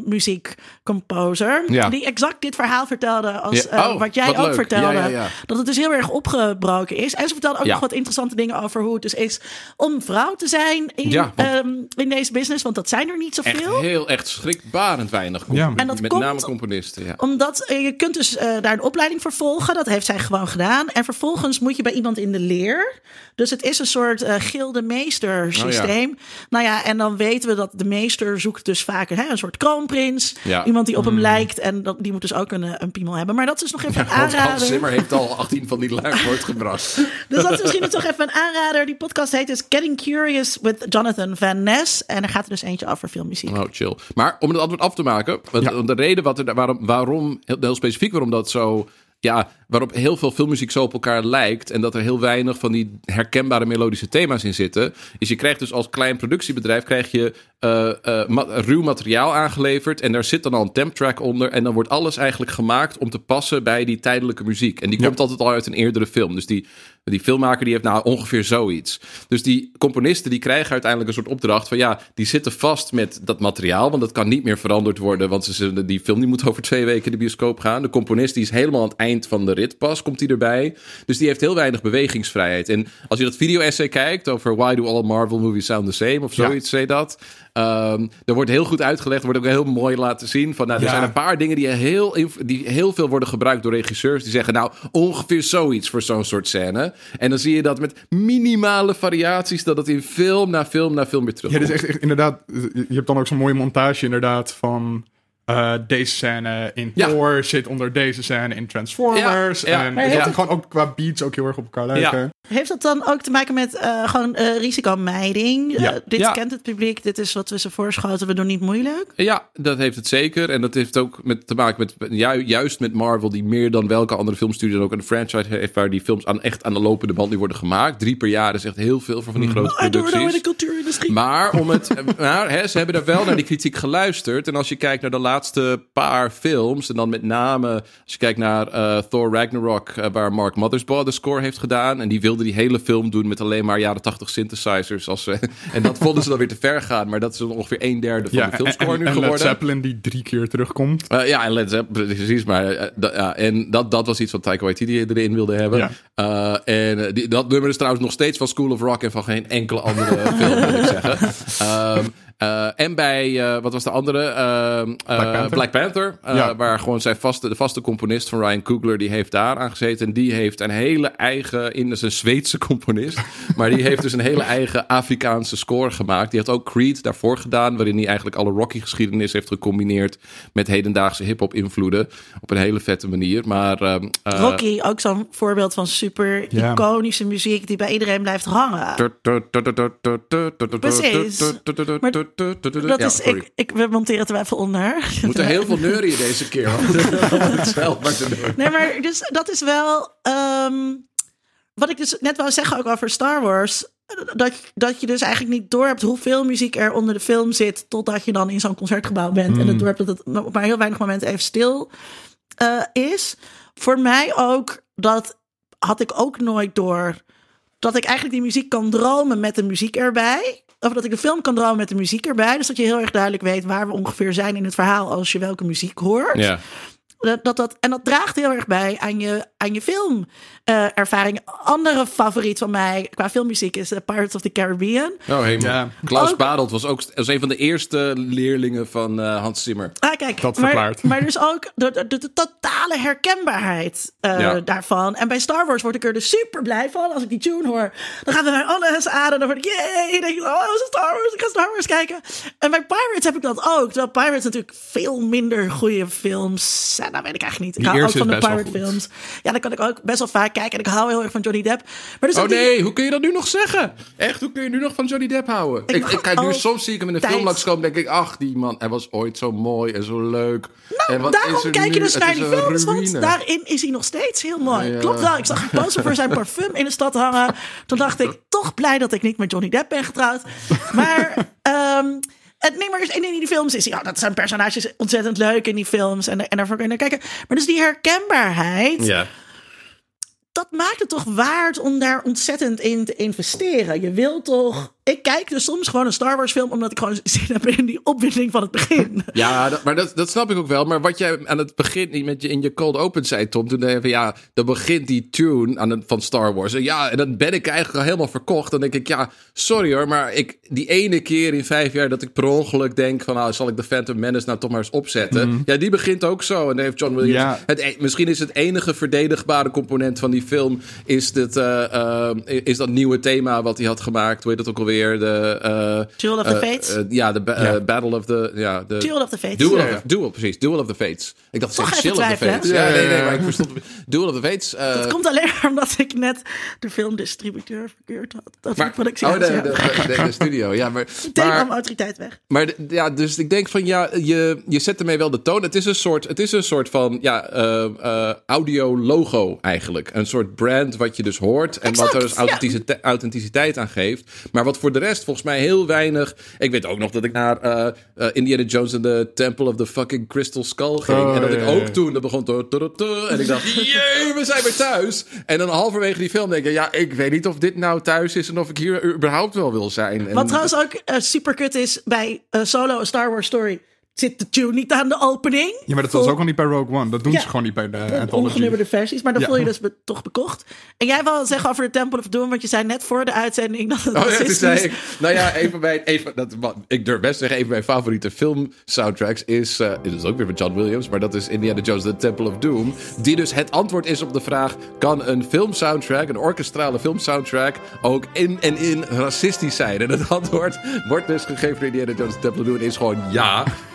filmmuziekcomposer. Ja. Die exact dit verhaal vertelde als ja. oh, uh, wat jij wat ook leuk. vertelde. Ja, ja, ja. Dat het dus heel erg opgebroken is. En ze vertelde ook ja. nog wat interessante dingen over hoe het dus is om vrouw te zijn in, ja, want, um, in deze business. Want dat zijn er niet zoveel. Echt heel, echt schrikbarend weinig. Ja. En dat met komt name componisten. Ja. Omdat uh, je kunt dus uh, daar een opleiding voor volgen. Dat heeft zij gewoon gedaan. En vervolgens moet je bij iemand in de leer. Dus het is een soort uh, gilde meester systeem. Oh, ja. Nou ja, en dan weten we dat de meester zoekt dus vaak hè, een soort kroonprins. Ja. Iemand die op hem mm. lijkt. En dat, die moet dus ook een, een piemel hebben. Maar dat is dus nog even ja, een aanrader. Hans Zimmer heeft al achttien van die luik voortgebracht. Dus dat is misschien toch even een aanrader. Die podcast heet dus Getting Curious with Jonathan Van Ness. En er gaat er dus eentje over filmmuziek. Oh, chill. Maar om het antwoord af te maken. Ja. De reden wat er, waarom, waarom, heel specifiek waarom dat zo... Ja, waarop heel veel filmmuziek zo op elkaar lijkt en dat er heel weinig van die herkenbare melodische thema's in zitten, is je krijgt dus als klein productiebedrijf krijg je uh, uh, ma- ruw materiaal aangeleverd en daar zit dan al een temptrack onder en dan wordt alles eigenlijk gemaakt om te passen bij die tijdelijke muziek. En die ja. komt altijd al uit een eerdere film. Dus die, die filmmaker die heeft nou ongeveer zoiets. Dus die componisten die krijgen uiteindelijk een soort opdracht van ja, die zitten vast met dat materiaal, want dat kan niet meer veranderd worden, want ze, die film die moet over twee weken in de bioscoop gaan. De componist die is helemaal aan het eind van de rit pas, komt hij erbij. Dus die heeft heel weinig bewegingsvrijheid. En als je dat video-essay kijkt over Why do all Marvel movies sound the same? Of zoiets, ja. zei dat. Um, er wordt heel goed uitgelegd, wordt ook heel mooi laten zien. Van, nou, er ja. zijn een paar dingen die heel, die heel veel worden gebruikt door regisseurs. Die zeggen, nou, ongeveer zoiets voor zo'n soort scène. En dan zie je dat met minimale variaties, dat het in film na film na film weer terugkomt. Ja, dus echt, echt inderdaad, je hebt dan ook zo'n mooie montage inderdaad van... Uh, deze scène in Ja. Thor zit onder deze scène in Transformers. Ja, ja. En Maar het heeft zit gewoon ook qua beats ook heel erg op elkaar lijken. Ja. Heeft dat dan ook te maken met uh, gewoon uh, risicomijding? Ja. Uh, dit Ja. kent het publiek, dit is wat we ze voorschoten, we doen niet moeilijk. Ja, dat heeft het zeker. En dat heeft ook met, te maken met ju- juist met Marvel, die meer dan welke andere filmstudio dan ook een franchise heeft, waar die films aan, echt aan de lopende band nu worden gemaakt. Drie per jaar is echt heel veel voor van die grote I don't know in producties. de cultuurindustrie. Maar, om het, maar hè, ze hebben daar wel naar die kritiek geluisterd. En als je kijkt naar de laatste paar films, en dan met name als je kijkt naar uh, Thor Ragnarok, uh, waar Mark Mothersbaugh de score heeft gedaan. En die wilde die hele film doen met alleen maar jaren tachtig synthesizers. Als, uh, en dat vonden ze dan weer te ver gaan. Maar dat is ongeveer een derde van Ja, de filmscore en, nu en geworden. Led Zeppelin die drie keer terugkomt. Uh, ja, en Led Zeppelin, precies. Maar, uh, da, ja, en dat, dat was iets wat Taika Waititi erin wilde hebben. Ja. Uh, en uh, die, dat nummer is trouwens nog steeds van School of Rock en van geen enkele andere film, wil ik zeggen. Um, Uh, en bij, uh, wat was de andere? Uh, uh, Black Panther. Black Panther uh, Ja. Waar gewoon zijn vaste, de vaste componist van Ryan Coogler, die heeft daar aan gezeten. En die heeft een hele eigen, in, dat is een Zweedse componist. Maar die heeft dus een hele eigen Afrikaanse score gemaakt. Die had ook Creed daarvoor gedaan, waarin hij eigenlijk alle Rocky-geschiedenis heeft gecombineerd met hedendaagse hip-hop invloeden. Op een hele vette manier. Maar, uh, uh, Rocky, ook zo'n voorbeeld van super Ja. iconische muziek die bij iedereen blijft hangen. Precies. Maar Dat Ja, is, sorry. ik, ik, we monteren het er even onder. We moeten heel veel neurien deze keer. Om het zelf maar te doen. Nee, maar dus dat is wel... ehm, wat ik dus net wou zeggen ook over Star Wars. Dat, dat je dus eigenlijk niet door hebt hoeveel muziek er onder de film zit. Totdat je dan in zo'n concertgebouw bent. En het door hebt dat het op maar heel weinig momenten even stil uh, is. Voor mij ook, dat had ik ook nooit door. Dat ik eigenlijk die muziek kan dromen met de muziek erbij. Of dat ik de film kan dromen met de muziek erbij. Dus dat je heel erg duidelijk weet waar we ongeveer zijn in het verhaal als je welke muziek hoort. Ja. Dat, dat, dat, en dat draagt heel erg bij aan je, aan je filmervaring. Andere favoriet van mij qua filmmuziek is uh, Pirates of the Caribbean. Oh, helemaal. Ja. Klaus Ook- Badelt was ook was een van de eerste leerlingen van uh, Hans Zimmer. Ah, kijk, Dat maar, verklaart. maar dus ook de, de, de, de totale herkenbaarheid uh, Ja. daarvan. En bij Star Wars word ik er dus super blij van. Als ik die tune hoor, dan gaat het mij alles aan. En dan word ik, yay, dan denk ik, oh, Star Wars, ik ga Star Wars kijken. En bij Pirates heb ik dat ook. Terwijl Pirates natuurlijk veel minder goede films zijn. Nou, weet ik eigenlijk niet. Ik Die hou ook eerste van de is best wel Pirate goed. films. Ja, dan kan ik ook best wel vaak kijken. En ik hou heel erg van Johnny Depp. Maar dus Oh ook die- nee, hoe kun je dat nu nog zeggen? Echt, hoe kun je nu nog van Johnny Depp houden? Ik Ik, mag ik, kijk nu altijd- soms zie ik hem in een film langskomen, denk ik, ach, die man, hij was ooit zo mooi en zo leuk. en wat is Daarom er kijk nu? je dus Het naar is die een films, want ruïne. daarin is hij nog steeds heel mooi. Ja. Klopt wel, ik zag een poster voor zijn parfum in de stad hangen. Toen dacht ik, toch blij dat ik niet met Johnny Depp ben getrouwd. Maar ehm het nee, maar dus- en in die films is, ja, dat zijn personages ontzettend leuk in die films. En, en daarvoor kun je naar kijken. Maar dus die herkenbaarheid, Ja. dat maakt het toch waard om daar ontzettend in te investeren. Je wil toch... Ik kijk dus soms gewoon een Star Wars film, omdat ik gewoon zin heb in die opwinding van het begin. Ja, dat, maar dat, dat snap ik ook wel. Maar wat jij aan het begin met je, in je cold open zei, Tom, toen dacht je van ja, dan begint die tune aan het, van Star Wars. En ja, en dan ben ik eigenlijk al helemaal verkocht. Dan denk ik, ja, sorry hoor, maar ik, die ene keer in vijf jaar dat ik per ongeluk denk van, nou, zal ik de Phantom Menace nou toch maar eens opzetten? Mm. Ja, die begint ook zo. En dan heeft John Williams... Ja. Het, e- misschien is het enige verdedigbare component van die film is, dit, uh, uh, is dat nieuwe thema wat hij had gemaakt. Hoe heet dat ook alweer? De, uh, Duel of the uh, Fates? uh, ja, de ba- Ja. uh, Battle of the... Ja, de, Duel of the Fates. Duel, Ja, of, ja. Duel, precies. Duel of the Fates. Ik dacht, Toch zeg even Chill of the twijfelen, Fates. hè? Ja, Ja, nee, ja, nee, ja. maar ik verstond... Duel of the Fates. Uh, Dat komt alleen maar omdat ik net de filmdistributeur verkeerd had. Dat is maar, de productie. oh, de, de, de, de, de studio. Ja, maar... Meteen maar kwam autoriteit weg. Maar de- ja, dus ik denk van ja, je, je zet ermee wel de toon. Het is een soort, het is een soort van ja, uh, uh, audio-logo eigenlijk. Een soort brand wat je dus hoort. En Exact, wat er dus ja. authenticiteit, authenticiteit aan geeft. Maar wat voor de rest volgens mij heel weinig... Ik weet ook nog dat ik naar uh, uh, Indiana Jones en the Temple of the fucking Crystal Skull ging. Oh, en dat ja, ik ja, ook ja. toen, dat begon... Te, te, te, en ik dacht, jee, we zijn weer thuis. En dan halverwege die film denk ik... Ja, ik weet niet of dit nou thuis is en of ik hier überhaupt wel wil zijn. En Wat trouwens ook uh, super kut is bij uh, Solo, A Star Wars Story, zit de tune niet aan de opening. Ja, maar dat was ook al niet bij Rogue One. Dat doen Ja. ze gewoon niet bij de De Anthology. ongenummerde versies, maar dan Ja. voel je dus be- toch bekocht. En jij wou zeggen over de Temple of Doom, want je zei net voor de uitzending dat het Oh ja, toen racistisch zei ik... Nou ja, een van mijn... Een van, dat, wat- ik durf best te zeggen, een van mijn favoriete film-soundtracks is... Uh, dit is ook weer van John Williams, maar dat is Indiana Jones, The Temple of Doom. Die dus het antwoord is op de vraag... Kan een filmsoundtrack, een orkestrale filmsoundtrack... ook in en in racistisch zijn? En het antwoord wordt dus gegeven door Indiana Jones, The Temple of Doom... is gewoon ja.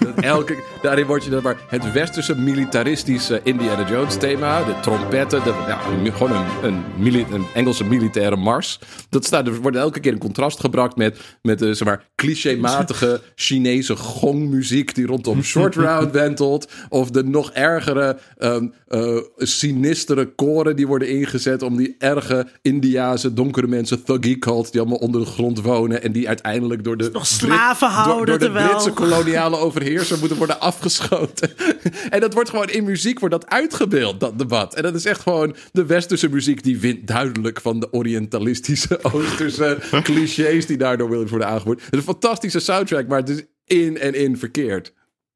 dat elke, daarin word je dan maar het westerse militaristische Indiana Jones thema. De trompetten. De, ja, gewoon een, een, mili- een Engelse militaire mars. Dat staat, er wordt elke keer in contrast gebracht met, met de zeg maar, clichématige Chinese gongmuziek die rondom Short Round wentelt. Of de nog ergere um, uh, sinistere koren die worden ingezet om die erge Indiase donkere mensen, thuggy cult, die allemaal onder de grond wonen en die uiteindelijk door de, nog slaven Brit- houden door, door de terwijl... Britse koloniale overheerser moeten worden afgeschoten. En dat wordt gewoon in muziek wordt dat uitgebeeld, dat debat. En dat is echt gewoon de westerse muziek die wint duidelijk van de orientalistische oosterse clichés die daardoor willen worden aangevoerd. Het is een fantastische soundtrack, maar het is in en in verkeerd.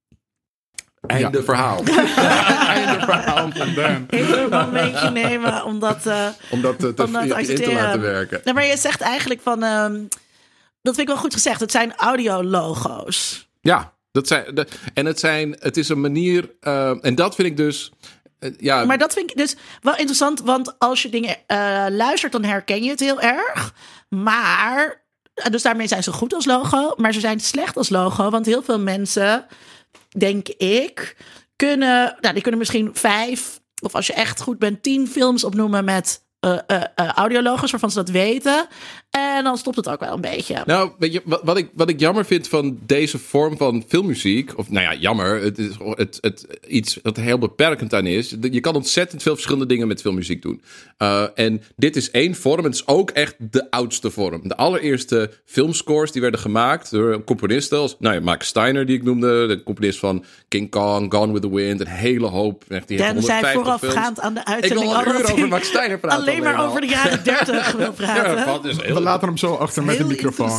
Einde Ja. verhaal. Einde verhaal van Dan. Even een momentje nemen om dat, uh, Om dat te, te, om dat in te accepteren. laten werken. Nee, maar je zegt eigenlijk van... Um, dat vind ik wel goed gezegd. Het zijn audiologo's. Ja, dat zijn, de, en het, zijn, het is een manier... Uh, en dat vind ik dus... Uh, ja, Maar dat vind ik dus wel interessant. Want als je dingen uh, luistert, dan herken je het heel erg. Maar... Dus daarmee zijn ze goed als logo. Maar ze zijn slecht als logo. Want heel veel mensen... denk ik, kunnen, nou, die kunnen misschien vijf, of als je echt goed bent, tien films opnoemen met uh, uh, uh, audiologo's waarvan ze dat weten. En dan stopt het ook wel een beetje. Nou, weet je, wat, wat, ik, wat ik jammer vind van deze vorm van filmmuziek, of nou ja, jammer, het is het, het, iets wat er heel beperkend aan is. Je kan ontzettend veel verschillende dingen met filmmuziek doen. Uh, en dit is één vorm, het is ook echt de oudste vorm. De allereerste filmscores die werden gemaakt door componisten als, nou ja, Max Steiner die ik noemde, de componist van King Kong, Gone with the Wind, een hele hoop. Echt, die Dan zijn voorafgaand films. aan de Ik uitzending wil al een al uur dat over hij Max Steiner praten. alleen maar al. over de jaren dertig wil praten. Ja, dat is heel We laten hem zo achter met de microfoon.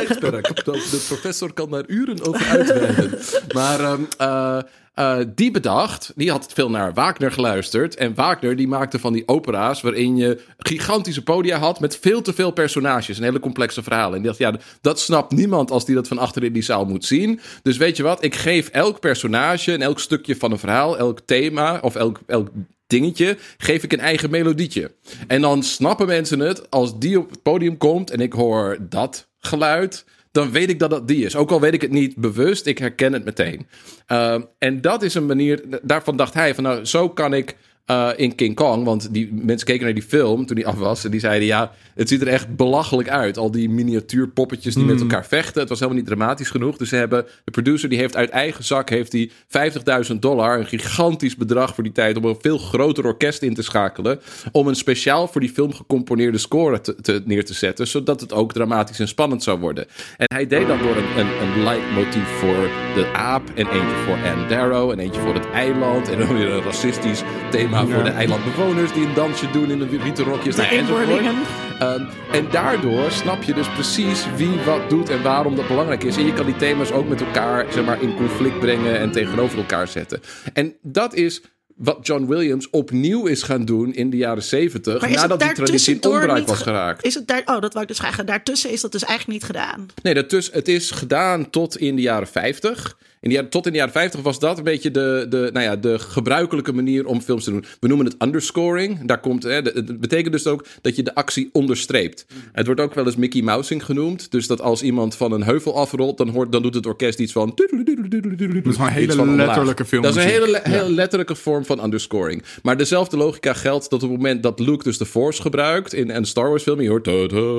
De professor kan daar uren over uitweiden. Maar um, uh, uh, die bedacht, die had veel naar Wagner geluisterd. En Wagner die maakte van die opera's waarin je gigantische podia had met veel te veel personages. Een hele complexe verhalen. En die dacht, ja, dat snapt niemand als die dat van achter in die zaal moet zien. Dus weet je wat, ik geef elk personage en elk stukje van een verhaal, elk thema of elk... elk dingetje, geef ik een eigen melodietje. En dan snappen mensen het als die op het podium komt en ik hoor dat geluid, dan weet ik dat dat die is. Ook al weet ik het niet bewust, ik herken het meteen. Uh, en dat is een manier, daarvan dacht hij van nou, zo kan ik uh, in King Kong, want die mensen keken naar die film toen die af was en die zeiden ja, het ziet er echt belachelijk uit. Al die miniatuurpoppetjes die mm. met elkaar vechten. Het was helemaal niet dramatisch genoeg. Dus ze hebben, de producer die heeft uit eigen zak heeft die vijftigduizend dollar, een gigantisch bedrag voor die tijd, om een veel groter orkest in te schakelen. Om een speciaal voor die film gecomponeerde score te, te, neer te zetten. Zodat het ook dramatisch en spannend zou worden. En hij deed dan door een, een, een leidmotief voor de aap. En eentje voor Ann Darrow. En eentje voor het eiland. En dan weer een racistisch thema ja. voor de eilandbewoners die een dansje doen in een rieten rokjes. De inboorlingen. Um, en daardoor snap je dus precies wie wat doet en waarom dat belangrijk is. En je kan die thema's ook met elkaar zeg maar, in conflict brengen en tegenover elkaar zetten. En dat is wat John Williams opnieuw is gaan doen in de jaren zeventig. Nadat die traditie in onbruik was geraakt. Is het daar, oh, dat wou ik dus vragen. Daartussen is dat dus eigenlijk niet gedaan. Nee, daartussen, het is gedaan tot in de jaren vijftig. In de jaren, tot in de jaren vijftig was dat een beetje de, de, nou ja, de gebruikelijke manier om films te doen. We noemen het underscoring. Daar komt, hè, het betekent dus ook dat je de actie onderstreept. Mm. Het wordt ook wel eens Mickey Mousing genoemd. Dus dat als iemand van een heuvel afrolt, dan, hoort, dan doet het orkest iets van... Dat is een hele letterlijke film. Dat is een hele, le- hele letterlijke vorm van underscoring. Maar dezelfde logica geldt dat op het moment dat Luke dus de Force gebruikt in een Star Wars film, je hoort...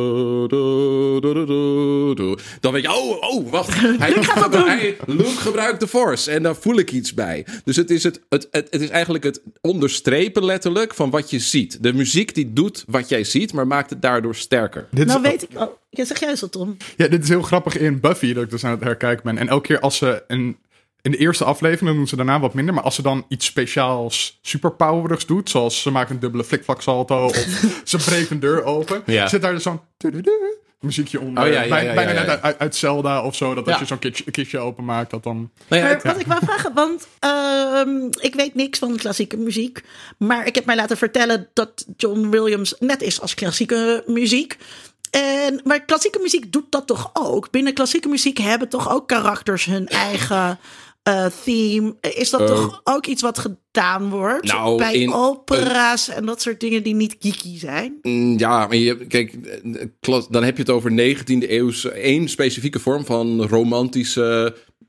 Dan weet je, oh, oh, wacht. Hij, hij, Luke gebruikt de Force en daar voel ik iets bij. Dus het is, het, het, het, het is eigenlijk het onderstrepen letterlijk van wat je ziet. De muziek die doet wat jij ziet, maar maakt het daardoor sterker. Dit nou is, weet ik... Oh, ja, zeg jij eens wat, Tom. Ja, dit is heel grappig in Buffy, dat ik dus aan het herkijken ben. En elke keer als ze... Een, in de eerste aflevering dan doen ze daarna wat minder. Maar als ze dan iets speciaals superpowerigs doet, zoals ze maakt een dubbele flikvlak salto of ze breekt een deur open, ja. zit daar dus zo'n muziekje onder. Oh, ja, ja, bijna ja, ja, ja. net uit, uit Zelda of zo. Dat als ja. je zo'n kistje, kistje openmaakt, dat dan... Maar ja, wat ik wou vragen, want uh, ik weet niks van klassieke muziek. Maar ik heb mij laten vertellen dat John Williams net is als klassieke muziek. En, maar klassieke muziek doet dat toch ook? Binnen klassieke muziek hebben toch ook karakters hun eigen... Uh, theme. Is dat uh, toch ook iets wat gedaan wordt? Nou, bij in, opera's uh, en dat soort dingen die niet geeky zijn? Ja, maar je, kijk, dan heb je het over negentiende eeuwse één specifieke vorm van romantische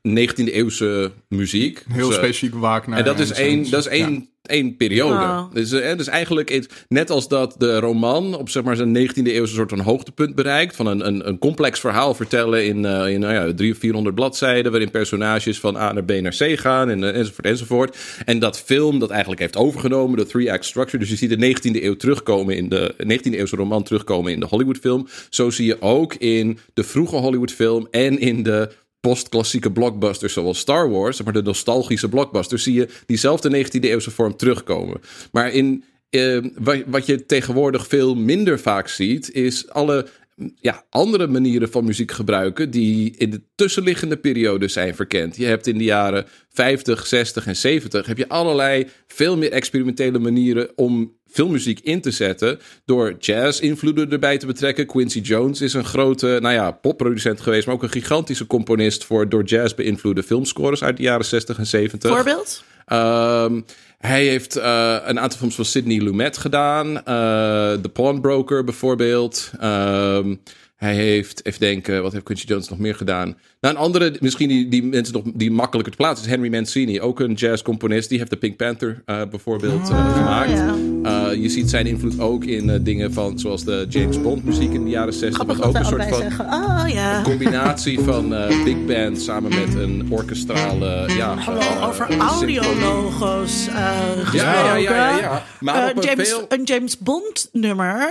negentiende eeuwse muziek. Heel dus, uh, specifiek Wagner. En dat is één, dat is één, ja. één periode. Wow. Dus, uh, dus eigenlijk, het, net als dat de roman op zeg maar zijn negentiende eeuwse soort van hoogtepunt bereikt, van een, een, een complex verhaal vertellen in, uh, in nou ja, driehonderd of vierhonderd bladzijden, waarin personages van A naar B naar C gaan, en, uh, enzovoort, enzovoort. En dat film dat eigenlijk heeft overgenomen, de three-act structure. Dus je ziet de negentiende eeuw terugkomen in de negentiende eeuwse roman terugkomen in de Hollywoodfilm. Zo zie je ook in de vroege Hollywoodfilm en in de post-klassieke blockbusters zoals Star Wars, maar de nostalgische blockbusters, zie je diezelfde negentiende eeuwse vorm terugkomen. Maar in uh, wat, wat je tegenwoordig veel minder vaak ziet, is alle ja, andere manieren van muziek gebruiken die in de tussenliggende periode zijn verkend. Je hebt in de jaren vijftig, zestig en zeventig heb je allerlei veel meer experimentele manieren om filmmuziek in te zetten door jazz-invloeden erbij te betrekken. Quincy Jones is een grote, nou ja, popproducent geweest, maar ook een gigantische componist voor door jazz beïnvloede filmscores uit de jaren zestig en zeventig. Voorbeeld? Um, hij heeft uh, een aantal films van Sidney Lumet gedaan. Uh, The Pawnbroker bijvoorbeeld. Um, hij heeft, even denken, wat heeft Quincy Jones nog meer gedaan? Nou, een andere, misschien die, die mensen nog die makkelijker te plaatsen, is Henry Mancini. Ook een jazzcomponist. Die heeft de Pink Panther uh, bijvoorbeeld uh, gemaakt. ja. Uh, je ziet zijn invloed ook in uh, dingen van, zoals de James Bond muziek in de jaren zestig. Grappig Met ook dat een wij soort allebei van zeggen, oh ja. combinatie van uh, big band samen met een orkestrale, ja. Hallo, uh, over symfonie. audiologo's uh, gesproken. Ja, ja, ja, ja, ja. Maar Uh, op een James, veel... een James Bond nummer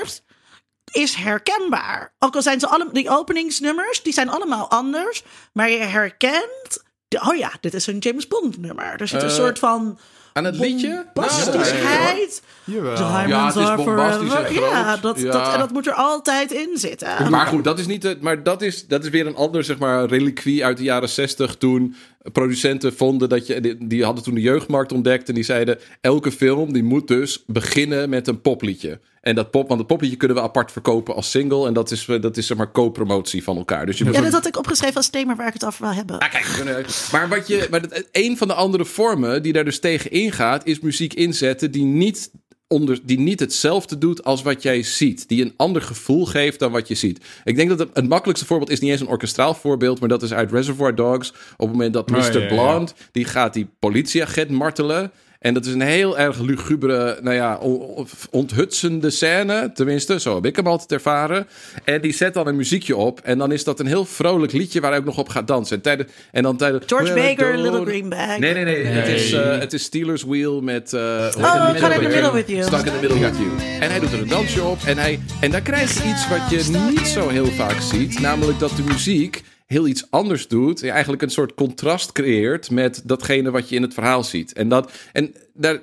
is herkenbaar. Ook al zijn ze alle, die openingsnummers, die zijn allemaal anders. Maar je herkent, oh ja, dit is een James Bond nummer. Er zit een Uh, soort van aan het liedje? bombastischheid. Jawel. Diamonds Ja, het is are bombastisch forever. en Ja, groot. dat, Ja. Dat, en dat moet er altijd in zitten. Maar goed, dat is niet het. Maar dat is, dat is weer een ander, zeg maar, reliquie uit de jaren zestig. Toen producenten vonden dat je. Die, die hadden toen de jeugdmarkt ontdekt. En die zeiden: elke film die moet dus beginnen met een popliedje. En dat pop, want het popliedje kunnen we apart verkopen als single. En dat is, dat is zeg maar co-promotie van elkaar. Dus je moet Ja, een- dat had ik opgeschreven als thema waar ik het over wil hebben. Ah, kijk, we kunnen- maar wat je, maar dat, een van de andere vormen die daar dus tegen ingaat, is muziek inzetten die niet, onder, die niet hetzelfde doet als wat jij ziet. Die een ander gevoel geeft dan wat je ziet. Ik denk dat het, het makkelijkste voorbeeld is niet eens een orkestraal voorbeeld, maar dat is uit Reservoir Dogs. Op het moment dat Oh, mister ja, ja. Blonde, die gaat die politieagent martelen. En dat is een heel erg lugubere, nou ja, on- onthutsende scène. Tenminste, zo heb ik hem altijd ervaren. En die zet dan een muziekje op. En dan is dat een heel vrolijk liedje waar hij ook nog op gaat dansen. En, tijden, en dan tijdens... George Well, Baker, don't- Little Green Bag. Nee, nee, nee. Het, is, uh, het is Steelers Wheel met... Uh, Oh, Caught in the Middle with You. Stuck in the Middle with You. En hij doet er een dansje op. En, hij, en daar krijg je iets wat je niet zo heel vaak ziet. Namelijk dat de muziek heel iets anders doet. En eigenlijk een soort contrast creëert met datgene wat je in het verhaal ziet. En dat... En daar,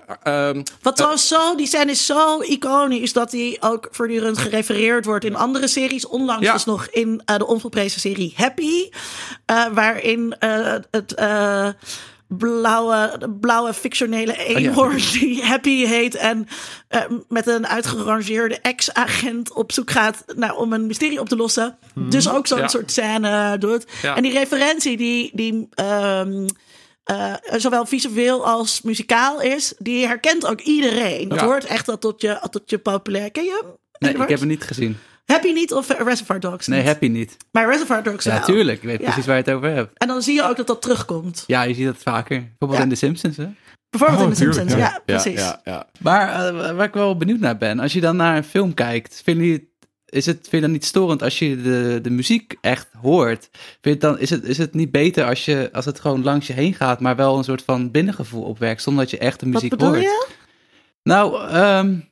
um, Wat trouwens zo, die scène is zo iconisch dat die ook voortdurend gerefereerd wordt in andere series. Onlangs Ja. dus nog in uh, de onvolprezen serie Happy. Uh, waarin uh, het uh, blauwe, de blauwe fictionele eenhoorn die Happy heet. En uh, met een uitgerangeerde ex-agent op zoek gaat nou, om een mysterie op te lossen. Dus ook zo'n Ja. soort scène doet. Ja. En die referentie die... die um, Uh, zowel visueel als muzikaal is, die herkent ook iedereen. Dat Ja. hoort echt wel tot je, tot je populair. Ken je hem? Nee, Edward? ik heb het niet gezien. Happy niet of uh, Reservoir Dogs Nee, niet? Happy niet. Maar Reservoir Dogs Ja, wel. tuurlijk. Ik weet Ja. precies waar je het over hebt. En dan zie je ook dat dat terugkomt. Ja, je ziet dat vaker. Bijvoorbeeld Ja. in The Simpsons, hè? Bijvoorbeeld Oh, in The tuurlijk, Simpsons. Ja, ja. precies. Ja, ja. Maar uh, waar ik wel benieuwd naar ben, als je dan naar een film kijkt, vind je, is het, vind je dan niet storend als je de, de muziek echt hoort? Vind je het dan, is, het, is het niet beter als, je, als het gewoon langs je heen gaat, maar wel een soort van binnengevoel opwerkt, zonder dat je echt de Wat muziek bedoel hoort? je? Nou, um,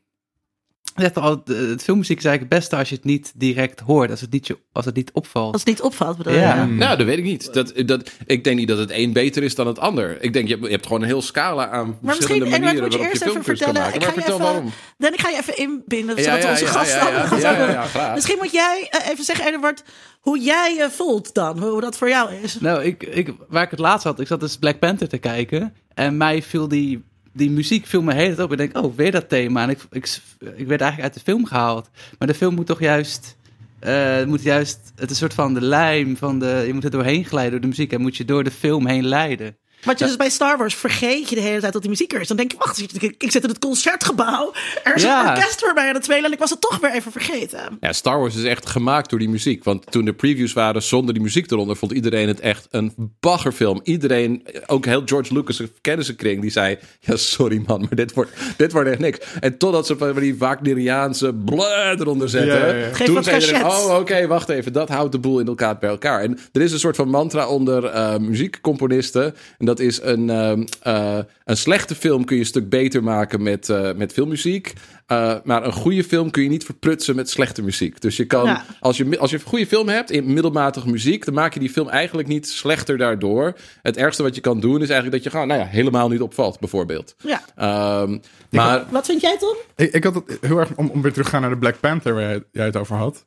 het, al, het filmmuziek is eigenlijk het beste als je het niet direct hoort, als het niet, je, als het niet opvalt. Als het niet opvalt, bedoel Ja. je? Nou, dat weet ik niet. Dat, dat, ik denk niet dat het een beter is dan het ander. Ik denk, je hebt, je hebt gewoon een heel scala aan Maar verschillende misschien, Edward, manieren moet je waarop je eerst even filmpjes kan vertellen. maken. Ik Maar ga je vertel even, waarom. Dan ik ga je even inbinden, Ja, zodat ja, onze ja, gasten ja, ja, allemaal ja, gaan ja, ja, graag. Misschien moet jij uh, even zeggen, Edward, hoe jij je voelt dan. Hoe dat voor jou is. Nou, ik, ik, waar ik het laatst had, ik zat dus Black Panther te kijken. En mij viel die, die muziek viel me heel op. Ik denk, oh, weer dat thema. En ik, ik, ik werd eigenlijk uit de film gehaald. Maar de film moet toch juist... Uh, moet juist het is een soort van de lijm van de... Je moet er doorheen glijden door de muziek. En moet je door de film heen leiden. Want je dus bij Star Wars vergeet je de hele tijd dat die muziek er is. Dan denk je, wacht, ik, ik zit in het concertgebouw. Er is Ja. een orkest voor mij aan het spelen en ik was het toch weer even vergeten. Ja, Star Wars is echt gemaakt door die muziek. Want toen de previews waren zonder die muziek eronder, vond iedereen het echt een baggerfilm. Iedereen, ook heel George Lucas' kennissenkring, die zei, ja sorry man, maar dit wordt, dit wordt echt niks. En totdat ze van die Wagneriaanse bleh eronder zetten. Ja, ja, ja. Geef Toen wat zei iedereen, cachet. oh oké, wacht even, dat houdt de boel in elkaar bij elkaar. En er is een soort van mantra onder uh, muziekcomponisten. En dat is een, uh, uh, een slechte film kun je een stuk beter maken met, uh, met filmmuziek. Uh, maar een goede film kun je niet verprutsen met slechte muziek. Dus je kan, Ja. als, je, als je een goede film hebt in middelmatige muziek, dan maak je die film eigenlijk niet slechter daardoor. Het ergste wat je kan doen is eigenlijk dat je gewoon, nou ja, helemaal niet opvalt, bijvoorbeeld. Ja. Um, maar Wat vind jij, Tom? Ik, ik had het heel erg, om, om weer terug te gaan naar de Black Panther waar jij, jij het over had.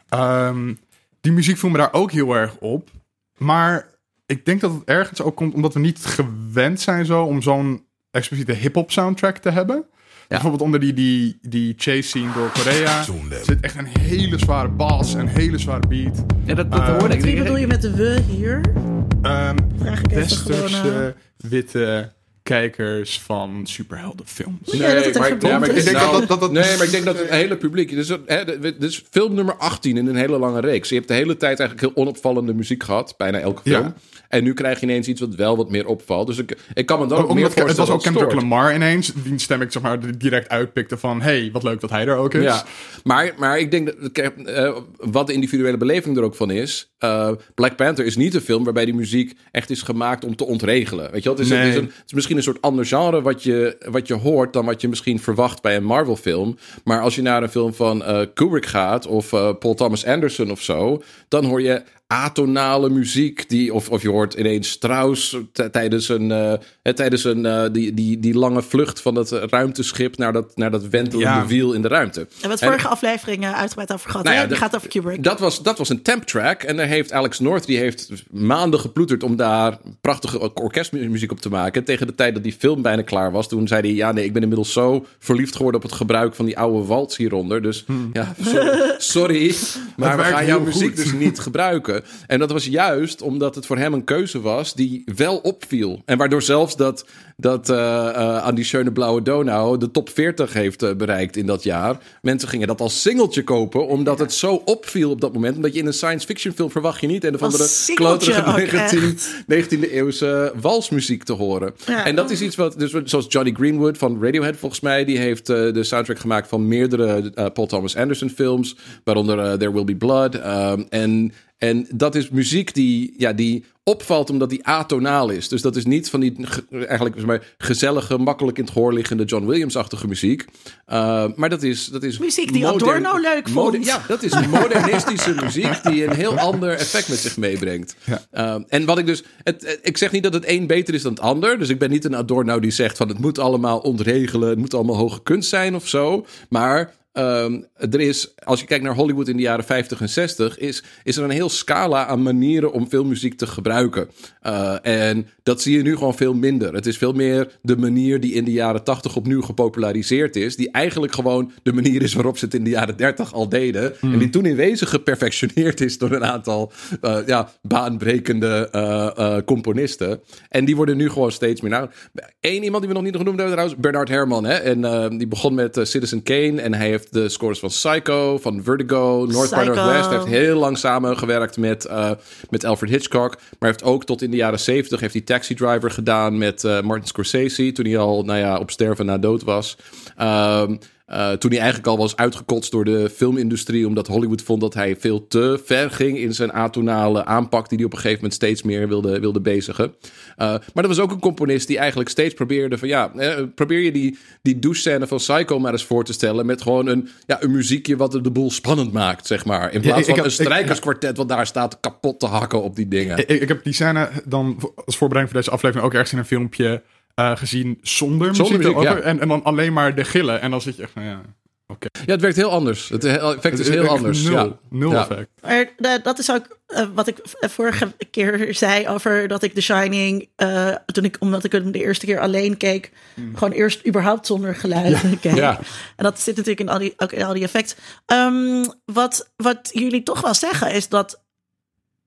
Um, die muziek viel me daar ook heel erg op. Maar ik denk dat het ergens ook komt omdat we niet gewend zijn zo om zo'n expliciete hip-hop soundtrack te hebben. Bijvoorbeeld onder die, die, die chase scene door Korea zit echt een hele zware bas, een hele zware beat. Ja, dat, dat Uh, hoorde ik. Wie bedoel je met de we hier? Um, Vraag ik even westerse, gewoon, uh, witte kijkers van superheldenfilms. Ja, dat het een maar, verbond ja, maar ik is. denk Nou, dat, dat, dat- dat- nee, maar ik denk dat het hele publiek... Dus, hè, dit is film nummer achttien in een hele lange reeks. Je hebt de hele tijd eigenlijk heel onopvallende muziek gehad. Bijna elke film. Ja. En nu krijg je ineens iets wat wel wat meer opvalt. Dus ik, ik kan me dan ook, Ook meer omdat, het voorstellen was ook dat het Kendrick stoort. Lamar ineens, die stem ik zeg maar direct uitpikte van, hey, wat leuk dat hij er ook is. Ja, maar, maar ik denk dat kijk, uh, wat de individuele beleving er ook van is. Uh, Black Panther is niet een film waarbij die muziek echt is gemaakt om te ontregelen. Weet je wel? Het is, Nee. het is, een, het is misschien een soort ander genre wat je, wat je hoort dan wat je misschien verwacht bij een Marvel film. Maar als je naar een film van uh, Kubrick gaat of uh, Paul Thomas Anderson of zo, dan hoor je atonale muziek die of, of je hoort ineens Strauss t- tijdens een uh, tijdens een uh, die, die, die lange vlucht van dat ruimteschip naar dat naar dat wentelende Ja. wiel in de ruimte. En we hebben het En- vorige aflevering uh, uitgebreid over gehad. Nou ja, hè? Die de- gaat over Kubrick. Dat was, dat was een temp track. En daar heeft Alex North, die heeft maanden geploeterd om daar prachtige orkestmuziek op te maken. Tegen de tijd dat die film bijna klaar was, toen zei hij, ja nee, ik ben inmiddels zo verliefd geworden op het gebruik van die oude waltz hieronder. Dus ja, sorry, sorry maar we werkt gaan jouw heel muziek goed. dus niet gebruiken. En dat was juist omdat het voor hem een keuze was die wel opviel. En waardoor zelfs dat, dat uh, uh, aan die schöne blauwe Donau de top veertig heeft uh, bereikt in dat jaar. Mensen gingen dat als singeltje kopen, omdat het zo opviel op dat moment. Omdat je in een science fiction film verwacht je niet een of Als andere singeltje kloterige ook negentien echt. negentiende eeuwse walsmuziek te horen. Ja. En dat is iets wat, dus zoals Johnny Greenwood van Radiohead volgens mij, die heeft uh, de soundtrack gemaakt van meerdere uh, Paul Thomas Anderson films, waaronder uh, There Will Be Blood. Um, en En dat is muziek die, ja, die opvalt omdat die atonaal is. Dus dat is niet van die ge- eigenlijk zeg maar, gezellige, makkelijk in het gehoor liggende John Williams-achtige muziek. Uh, maar dat is, dat is Muziek die Adorno leuk vond. Moder- ja, dat is modernistische muziek die een heel ander effect met zich meebrengt. Ja. Uh, en wat ik dus... Het, het- ik zeg niet dat het een beter is dan het ander. Dus ik ben niet een Adorno die zegt van het moet allemaal ontregelen. Het moet allemaal hoge kunst zijn of zo. Maar... Um, er is, als je kijkt naar Hollywood in de jaren vijftig en zestig, is, is er een heel scala aan manieren om filmmuziek te gebruiken. Uh, en dat zie je nu gewoon veel minder. Het is veel meer de manier die in de jaren tachtig opnieuw gepopulariseerd is, die eigenlijk gewoon de manier is waarop ze het in de jaren dertig al deden. Mm. En die toen in wezen geperfectioneerd is door een aantal uh, ja, baanbrekende uh, uh, componisten. En die worden nu gewoon steeds meer. Nou, één iemand die we nog niet genoemd hebben trouwens, Bernard Herrmann. Hè? En uh, die begon met uh, Citizen Kane en hij heeft de scores van Psycho, van Vertigo, North by Psycho. Northwest. Hij heeft heel lang samengewerkt met, uh, met Alfred Hitchcock. Maar hij heeft ook tot in de jaren zeventig heeft hij Taxi Driver gedaan met uh, Martin Scorsese. Toen hij al nou ja, op sterven na dood was. Um, Uh, toen hij eigenlijk al was uitgekotst door de filmindustrie, omdat Hollywood vond dat hij veel te ver ging in zijn atonale aanpak die hij op een gegeven moment steeds meer wilde, wilde bezigen. Uh, maar dat was ook een componist die eigenlijk steeds probeerde van ja, eh, probeer je die, die douchescène van Psycho maar eens voor te stellen met gewoon een, ja, een muziekje wat de boel spannend maakt, zeg maar. In plaats Ja, ik- ik van heb- een ik- strijkerskwartet wat daar staat kapot te hakken op die dingen. Ik, ik heb die scène dan als voorbereiding voor deze aflevering ook ergens in een filmpje uh, gezien zonder muziek, Zonder muziek, erover. ja. En, en dan alleen maar de gillen. En dan zit je echt van ja, oké. Ja, het werkt heel anders. Het effect is heel Echt anders. Nul, Ja. nul Ja. effect. Maar uh, dat is ook uh, wat ik v- vorige keer zei over dat ik The Shining, uh, toen ik, omdat ik hem de eerste keer alleen keek, mm. gewoon eerst überhaupt zonder geluid keek. Ja. En dat zit natuurlijk in al die, ook in al die effecten. Um, wat, wat jullie toch wel zeggen is dat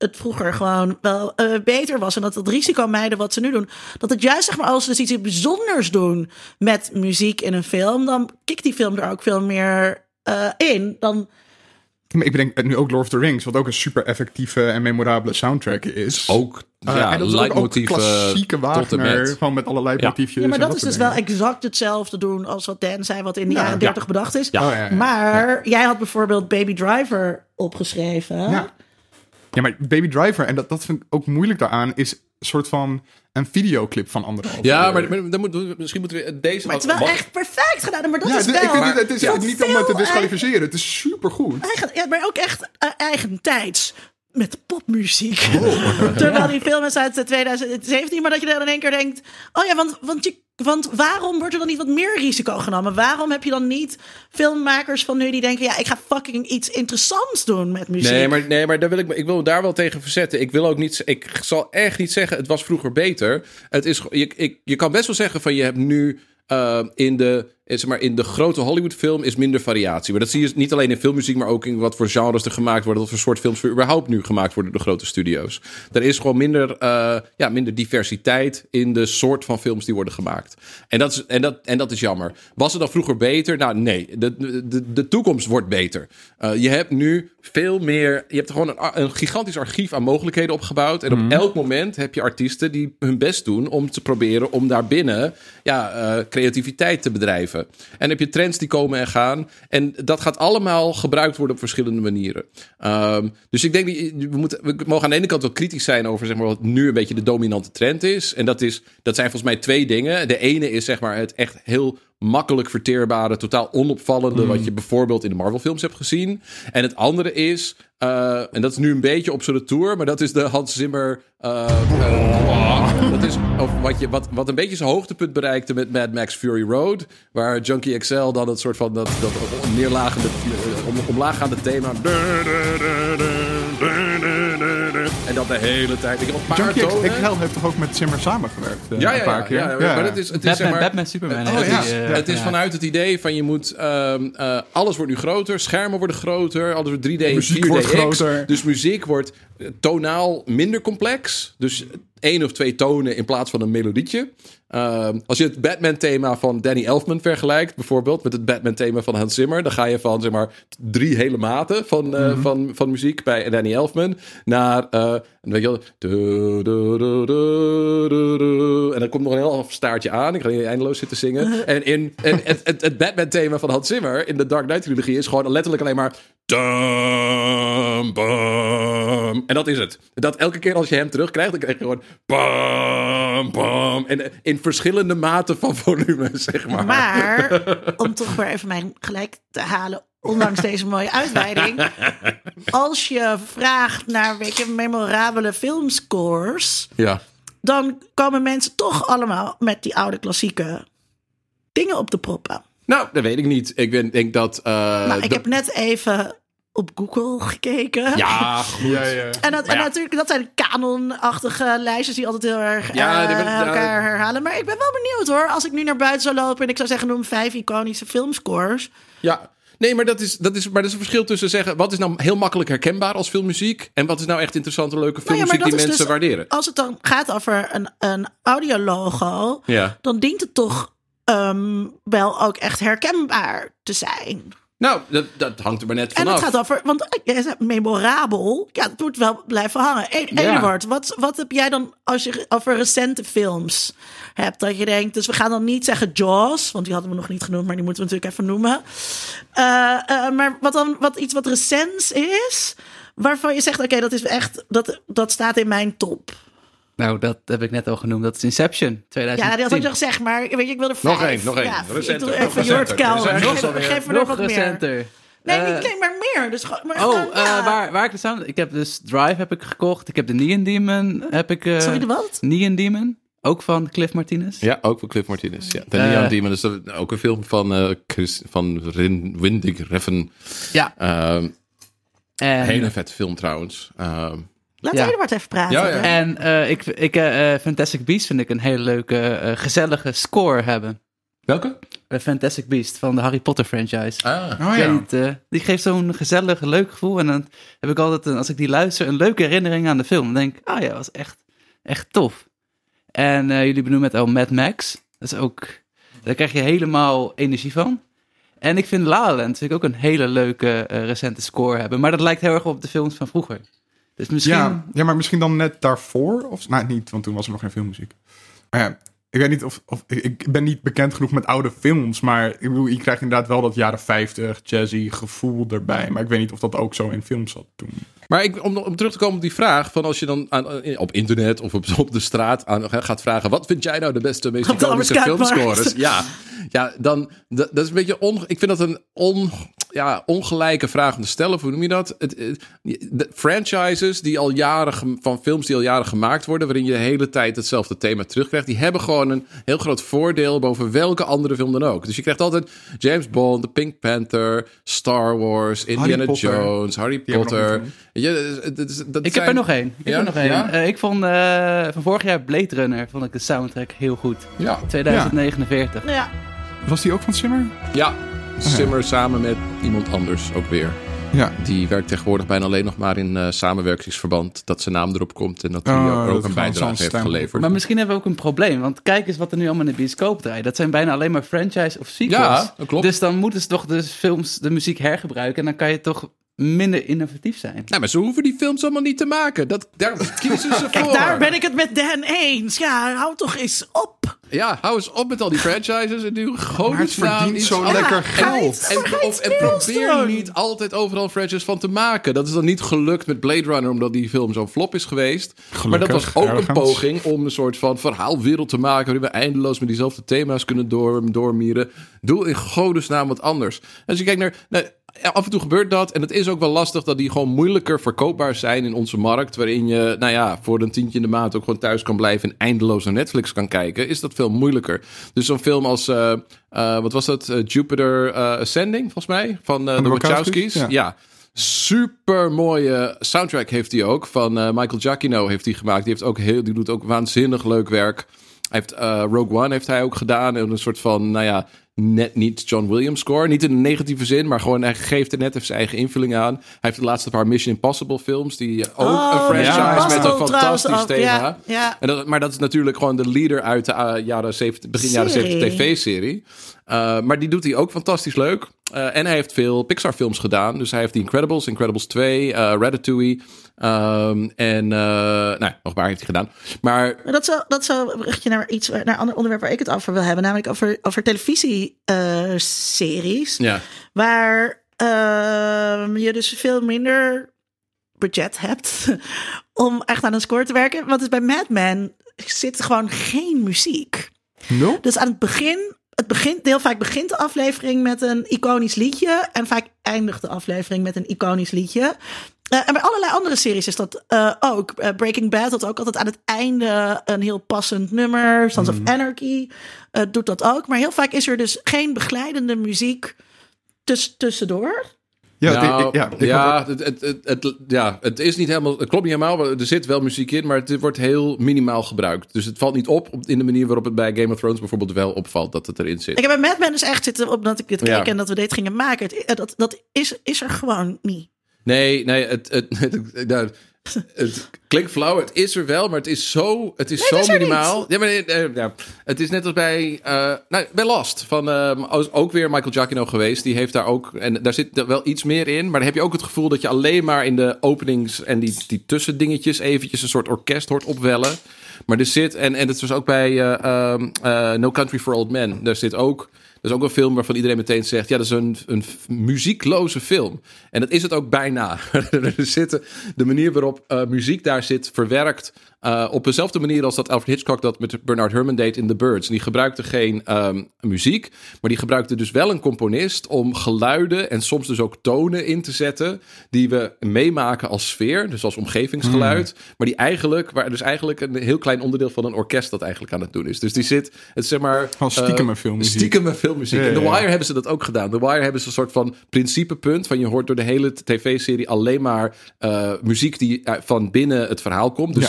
het vroeger gewoon wel uh, beter was. En dat het risico mijden wat ze nu doen. Dat het juist, zeg maar, als ze dus iets bijzonders doen met muziek in een film, dan kikt die film er ook veel meer uh, in dan. Maar ik bedenk nu ook Lord of the Rings, wat ook een super effectieve en memorabele soundtrack is. Ook, Uh, ja, en dat is ook, ook klassieke Wagner, van met allerlei Ja. motiefjes. Ja, maar en dat is dus soort wel exact hetzelfde doen als wat Dan zei, wat in de Ja, jaren dertig bedacht is. Ja. dingen. Oh, ja, ja. Maar jij had bijvoorbeeld Baby Driver opgeschreven. Ja. Ja, maar Baby Driver, en dat, dat vind ik ook moeilijk daaraan, is een soort van een videoclip van anderhalf Ja, uur. maar, maar dan moet, misschien moeten we deze... Maar het is wel echt perfect gedaan. Maar dat Ja, is het, wel... ik vind het, het is veel ook niet om het te eigen- disqualificeren. Het is supergoed. Eigen, ja, maar ook echt uh, eigen tijds. Met popmuziek. Oh. Terwijl die film is uit twintig zeventien. Maar dat je dan in één keer denkt... Oh ja, want, want, je, want waarom wordt er dan niet wat meer risico genomen? Waarom heb je dan niet filmmakers van nu die denken... Ja, ik ga fucking iets interessants doen met muziek. Nee, maar, nee, maar daar wil ik, ik wil me daar wel tegen verzetten. Ik wil ook niet... Ik zal echt niet zeggen, het was vroeger beter. Het is, je, ik, je kan best wel zeggen van je hebt nu... Uh, in, de, zeg maar, in de grote Hollywood-film is minder variatie. Maar dat zie je niet alleen in filmmuziek, maar ook in wat voor genres er gemaakt worden. Wat voor soort films er überhaupt nu gemaakt worden door de grote studio's. Er is gewoon minder, uh, ja, minder diversiteit in de soort van films die worden gemaakt. En dat is, en dat, en dat is jammer. Was het dan vroeger beter? Nou, nee. De, de, de toekomst wordt beter. Uh, je hebt nu veel meer... Je hebt gewoon een, een gigantisch archief aan mogelijkheden opgebouwd. En op mm. elk moment heb je artiesten die hun best doen om te proberen om daarbinnen... Ja, uh, creativiteit te bedrijven. En heb je trends die komen en gaan. En dat gaat allemaal gebruikt worden op verschillende manieren. Um, dus ik denk, dat we, moeten, we mogen aan de ene kant wel kritisch zijn over zeg maar, wat nu een beetje de dominante trend is. En dat, is, dat zijn volgens mij twee dingen. De ene is zeg maar, het echt heel makkelijk verteerbare, totaal onopvallende... Mm. wat je bijvoorbeeld in de Marvel-films hebt gezien. En het andere is, uh, en dat is nu een beetje op zo'n retour... maar dat is de Hans Zimmer... Uh, uh, dat is of wat, je, wat, wat een beetje zijn hoogtepunt bereikte met Mad Max Fury Road... waar Junkie X L dan het soort van dat, dat neerlagende, om, omlaaggaande thema... En dat de hele tijd. Ik heb een paar Junkie tonen. X L heeft toch ook met Zimmer samengewerkt? Uh, ja, ja, een paar ja, keer. ja, ja, maar het is, het is Batman, zeg maar, Batman, Superman. Oh, het ja. is, uh, het is ja. vanuit het idee van je moet... Um, uh, alles wordt nu groter, schermen worden groter, alles wordt drie D en muziek vier D wordt X. groter. Dus muziek wordt tonaal minder complex. Dus één of twee tonen in plaats van een melodietje. Um, als je het Batman-thema van Danny Elfman vergelijkt, bijvoorbeeld, met het Batman-thema van Hans Zimmer, dan ga je van, zeg maar, drie hele maten van, uh, mm-hmm. van, van muziek bij Danny Elfman naar, uh, weet je wel, du, du, du, du, du, du, en dan komt nog een heel staartje aan. Ik ga hier eindeloos zitten zingen. En, in, en het, het, het Batman-thema van Hans Zimmer in de Dark Knight-trilogie is gewoon letterlijk alleen maar... Dum, bum. En dat is het. Dat elke keer als je hem terugkrijgt, dan krijg je gewoon... Bam, bam. En in verschillende maten van volume, zeg maar. Maar, om toch weer even mijn gelijk te halen... ondanks deze mooie uitweiding... als je vraagt naar, weet je, memorabele filmscores... Ja. dan komen mensen toch allemaal met die oude klassieke dingen op de proppen. Nou, dat weet ik niet. Ik ben, denk dat... Uh, nou, ik dat... heb net even op Google gekeken. Ja, goed. Ja, ja. En, dat, en ja. natuurlijk, dat zijn kanonachtige lijstjes die altijd heel erg Ja, uh, die ben- ja. elkaar herhalen. Maar ik ben wel benieuwd hoor. Als ik nu naar buiten zou lopen en ik zou zeggen, noem vijf iconische filmscores. Ja. Nee, maar dat is, dat is, maar dat is een verschil tussen zeggen... wat is nou heel makkelijk herkenbaar als filmmuziek... en wat is nou echt interessante, leuke Nou ja, maar filmmuziek dat die is mensen dus- waarderen. Als het dan gaat over een, een audiologo, Ja. dan dient het toch um, wel ook echt herkenbaar te zijn. Nou, dat, dat hangt er maar net En vanaf. het gaat over, want jij zegt memorabel, ja, het moet wel blijven hangen. E- Ja. Eduard, wat, wat heb jij dan als je over recente films hebt? Dat je denkt, dus we gaan dan niet zeggen Jaws, want die hadden we nog niet genoemd, maar die moeten we natuurlijk even noemen. Uh, uh, maar wat dan, wat iets wat recents is, waarvan je zegt, oké, okay, dat is echt, dat, dat staat in mijn top. Nou, dat heb ik net al genoemd. Dat is Inception, tweeduizend tien. Ja, dat had ik nog gezegd, maar weet je, ik wil er vijf. Nog één, nog één. Ja, Recenter, ik doe nog even recenter. Jort Kelder. Er zijn Geef, nog geef me er Nog wat meer. recenter. Nee, Uh, niet alleen maar meer. Dus, gewoon- maar Oh, gewoon, uh, ja. waar, waar ik de sound... Ik heb dus Drive heb ik gekocht. Ik heb de Neon Demon heb ik... Uh, Sorry, de wat? Neon Demon. Ook van Cliff Martinez. Ja, ook van Cliff Martinez. Ja. De Uh, Neon Demon is ook een film van, uh, Chris, van Rin, Windig Refn. Ja. Um, En, hele vette film trouwens. Um, Laat Ja. Eduard even praten. Ja, ja. en uh, ik, ik, uh, Fantastic Beasts vind ik een hele leuke, uh, gezellige score hebben. Welke? Uh, Fantastic Beast van de Harry Potter franchise. Ah. Oh Ik weet ja. niet, uh, die geeft zo'n gezellig, leuk gevoel. En dan heb ik altijd, een, als ik die luister, een leuke herinnering aan de film. Dan denk ik, ah ja, dat was echt, echt tof. En uh, jullie benoemen het al Mad Max. Dat is ook, daar krijg je helemaal energie van. En ik vind La La Land vind ik ook een hele leuke uh, recente score hebben. Maar dat lijkt heel erg op de films van vroeger. Dus misschien... Ja, ja, maar misschien dan net daarvoor? Of, nou, niet, want toen was er nog geen filmmuziek. Maar ja, ik weet niet of... of ik, ik ben niet bekend genoeg met oude films, maar ik bedoel, je krijgt inderdaad wel dat jaren vijftig jazzy gevoel erbij. Maar ik weet niet of dat ook zo in films zat toen. Maar ik, om, om terug te komen op die vraag, van als je dan aan, op internet of op, op de straat aan, gaat vragen, wat vind jij nou de beste, meest Op de iconische Amerikaanse filmscores? Ja, ja, dan, dat, dat is een beetje, on, ik vind dat een on, ja, ongelijke vraag om te stellen. Hoe noem je dat? Het, het, de franchises die al jaren, van films die al jaren gemaakt worden, waarin je de hele tijd hetzelfde thema terugkrijgt, die hebben gewoon een heel groot voordeel boven welke andere film dan ook. Dus je krijgt altijd James Bond, The Pink Panther, Star Wars, Indiana Potter. Jones, Harry Die hebben we nog Potter. niet genoemd. Ja, dat, dat, dat Ik zijn... heb er nog één. Ik Ja? heb er nog één. Ja? Uh, ik vond uh, van vorig jaar Blade Runner, vond ik de soundtrack heel goed. Ja, twintig negenenveertig. Ja. Was die ook van Simmer? ja. Simmer samen met iemand anders ook weer. Ja. Die werkt tegenwoordig bijna alleen nog maar in uh, samenwerkingsverband. Dat zijn naam erop komt en dat hij Oh, ook, dat ook een is bijdrage zo'n heeft stem. geleverd. Maar misschien hebben we ook een probleem. Want kijk eens wat er nu allemaal in de bioscoop draait. Dat zijn bijna alleen maar franchise of sequels. Ja, dat klopt. Dus dan moeten ze toch de films, de muziek hergebruiken. En dan kan je toch minder innovatief zijn. Nou, maar ze hoeven die films allemaal niet te maken. Dat, daar kiezen ze voor. Kijk, daar ben ik het met Dan eens. Ja, hou toch eens op. Ja, hou eens op met al die franchises en nu gewoon Maar het eens naam verdient iets zo anders. lekker Ja, geld. En, Maar ga of, iets en nieuws probeer doen. niet altijd overal franchises van te maken. Dat is dan niet gelukt met Blade Runner, omdat die film zo'n flop is geweest. Gelukkig, maar dat was ook ergens. een poging om een soort van verhaalwereld te maken, waarin we eindeloos met diezelfde thema's kunnen door, doormieren. Doe in godesnaam wat anders. Als je kijkt naar... Nou, af en toe gebeurt dat. En het is ook wel lastig dat die gewoon moeilijker verkoopbaar zijn in onze markt. Waarin je, nou ja, voor een tientje in de maand ook gewoon thuis kan blijven en eindeloos naar Netflix kan kijken. Is dat veel moeilijker. Dus zo'n film als, uh, uh, wat was dat? Uh, Jupiter uh, Ascending, volgens mij. Van uh, de Wachowskis. Ja. ja. Super mooie soundtrack heeft hij ook. Van uh, Michael Giacchino heeft hij gemaakt. Die, heeft ook heel, die doet ook waanzinnig leuk werk. Hij heeft uh, Rogue One heeft hij ook gedaan. En een soort van, nou ja, net niet John Williams score. Niet in een negatieve zin, maar gewoon hij geeft er net even zijn eigen invulling aan. Hij heeft de laatste paar Mission Impossible films, die ook Oh, een franchise ja. met een Impossible fantastisch trouwens ook, thema. ja, ja. En dat, maar dat is natuurlijk gewoon de leader uit de uh, jaren zeventig, begin jaren Serie. zeventig tv-serie. Uh, maar die doet hij ook fantastisch leuk. Uh, en hij heeft veel Pixar-films gedaan. Dus hij heeft The Incredibles, Incredibles twee, uh, Ratatouille. Um, en, uh, nou, nog waar heeft hij gedaan. Maar Maar dat is wel, dat is wel een berichtje naar iets, naar een ander onderwerp waar ik het over wil hebben. Namelijk over, over televisieseries. ja, Waar ehm, je dus veel minder budget hebt om echt aan een score te werken. Want dus bij Mad Men zit gewoon geen muziek. Nul? Dus aan het begin, het begint, heel vaak begint de aflevering met een iconisch liedje. En vaak eindigt de aflevering met een iconisch liedje. Uh, en bij allerlei andere series is dat uh, ook. Uh, Breaking Bad had ook altijd aan het einde een heel passend nummer. Sons of Anarchy uh, doet dat ook. Maar heel vaak is er dus geen begeleidende muziek tuss- tussendoor. Ja, nou, ik- ik- ja, ik ja, had ook- het, het, het, het, ja, het is niet helemaal, het klopt niet helemaal. maar Er zit wel muziek in, maar het wordt heel minimaal gebruikt. Dus het valt niet op in de manier waarop het bij Game of Thrones bijvoorbeeld wel opvalt dat het erin zit. Ik heb bij Mad Men dus echt zitten op dat ik dit Ja. keek en dat we dit gingen maken. Het, dat dat is, is er gewoon niet. Nee, nee, het, het, het, het, nou, het klinkt flauw. Het is er wel, maar het is zo, het is Nee, zo het is er minimaal. niet. Ja, maar uh, ja, het is net als bij, uh, nou, bij Lost. Van, uh, ook weer Michael Giacchino geweest. Die heeft daar ook, en daar zit wel iets meer in. Maar dan heb je ook het gevoel dat je alleen maar in de openings en die, die tussendingetjes eventjes een soort orkest hoort opwellen. Maar er zit, en, en het was ook bij uh, um, uh, No Country for Old Men. Daar zit ook... Dat is ook een film waarvan iedereen meteen zegt... ja, dat is een, een muziekloze film. En dat is het ook bijna. Er zitten, de manier waarop uh, muziek daar zit verwerkt... Uh, op dezelfde manier als dat Alfred Hitchcock dat met Bernard Herrmann deed in The Birds. En die gebruikte geen um, muziek, maar die gebruikte dus wel een componist... om geluiden en soms dus ook tonen in te zetten... die we meemaken als sfeer, dus als omgevingsgeluid... Mm. maar die eigenlijk, waar dus eigenlijk een heel klein onderdeel van een orkest... dat eigenlijk aan het doen is. Dus die zit, het zeg maar... Van stiekem uh, filmmuziek. Stiekem filmmuziek. Ja, ja, ja. In The Wire hebben ze dat ook gedaan. The Wire hebben ze een soort van principepunt... van je hoort door de hele tv-serie alleen maar uh, muziek... die uh, van binnen het verhaal komt. Dus Ja. iemand die het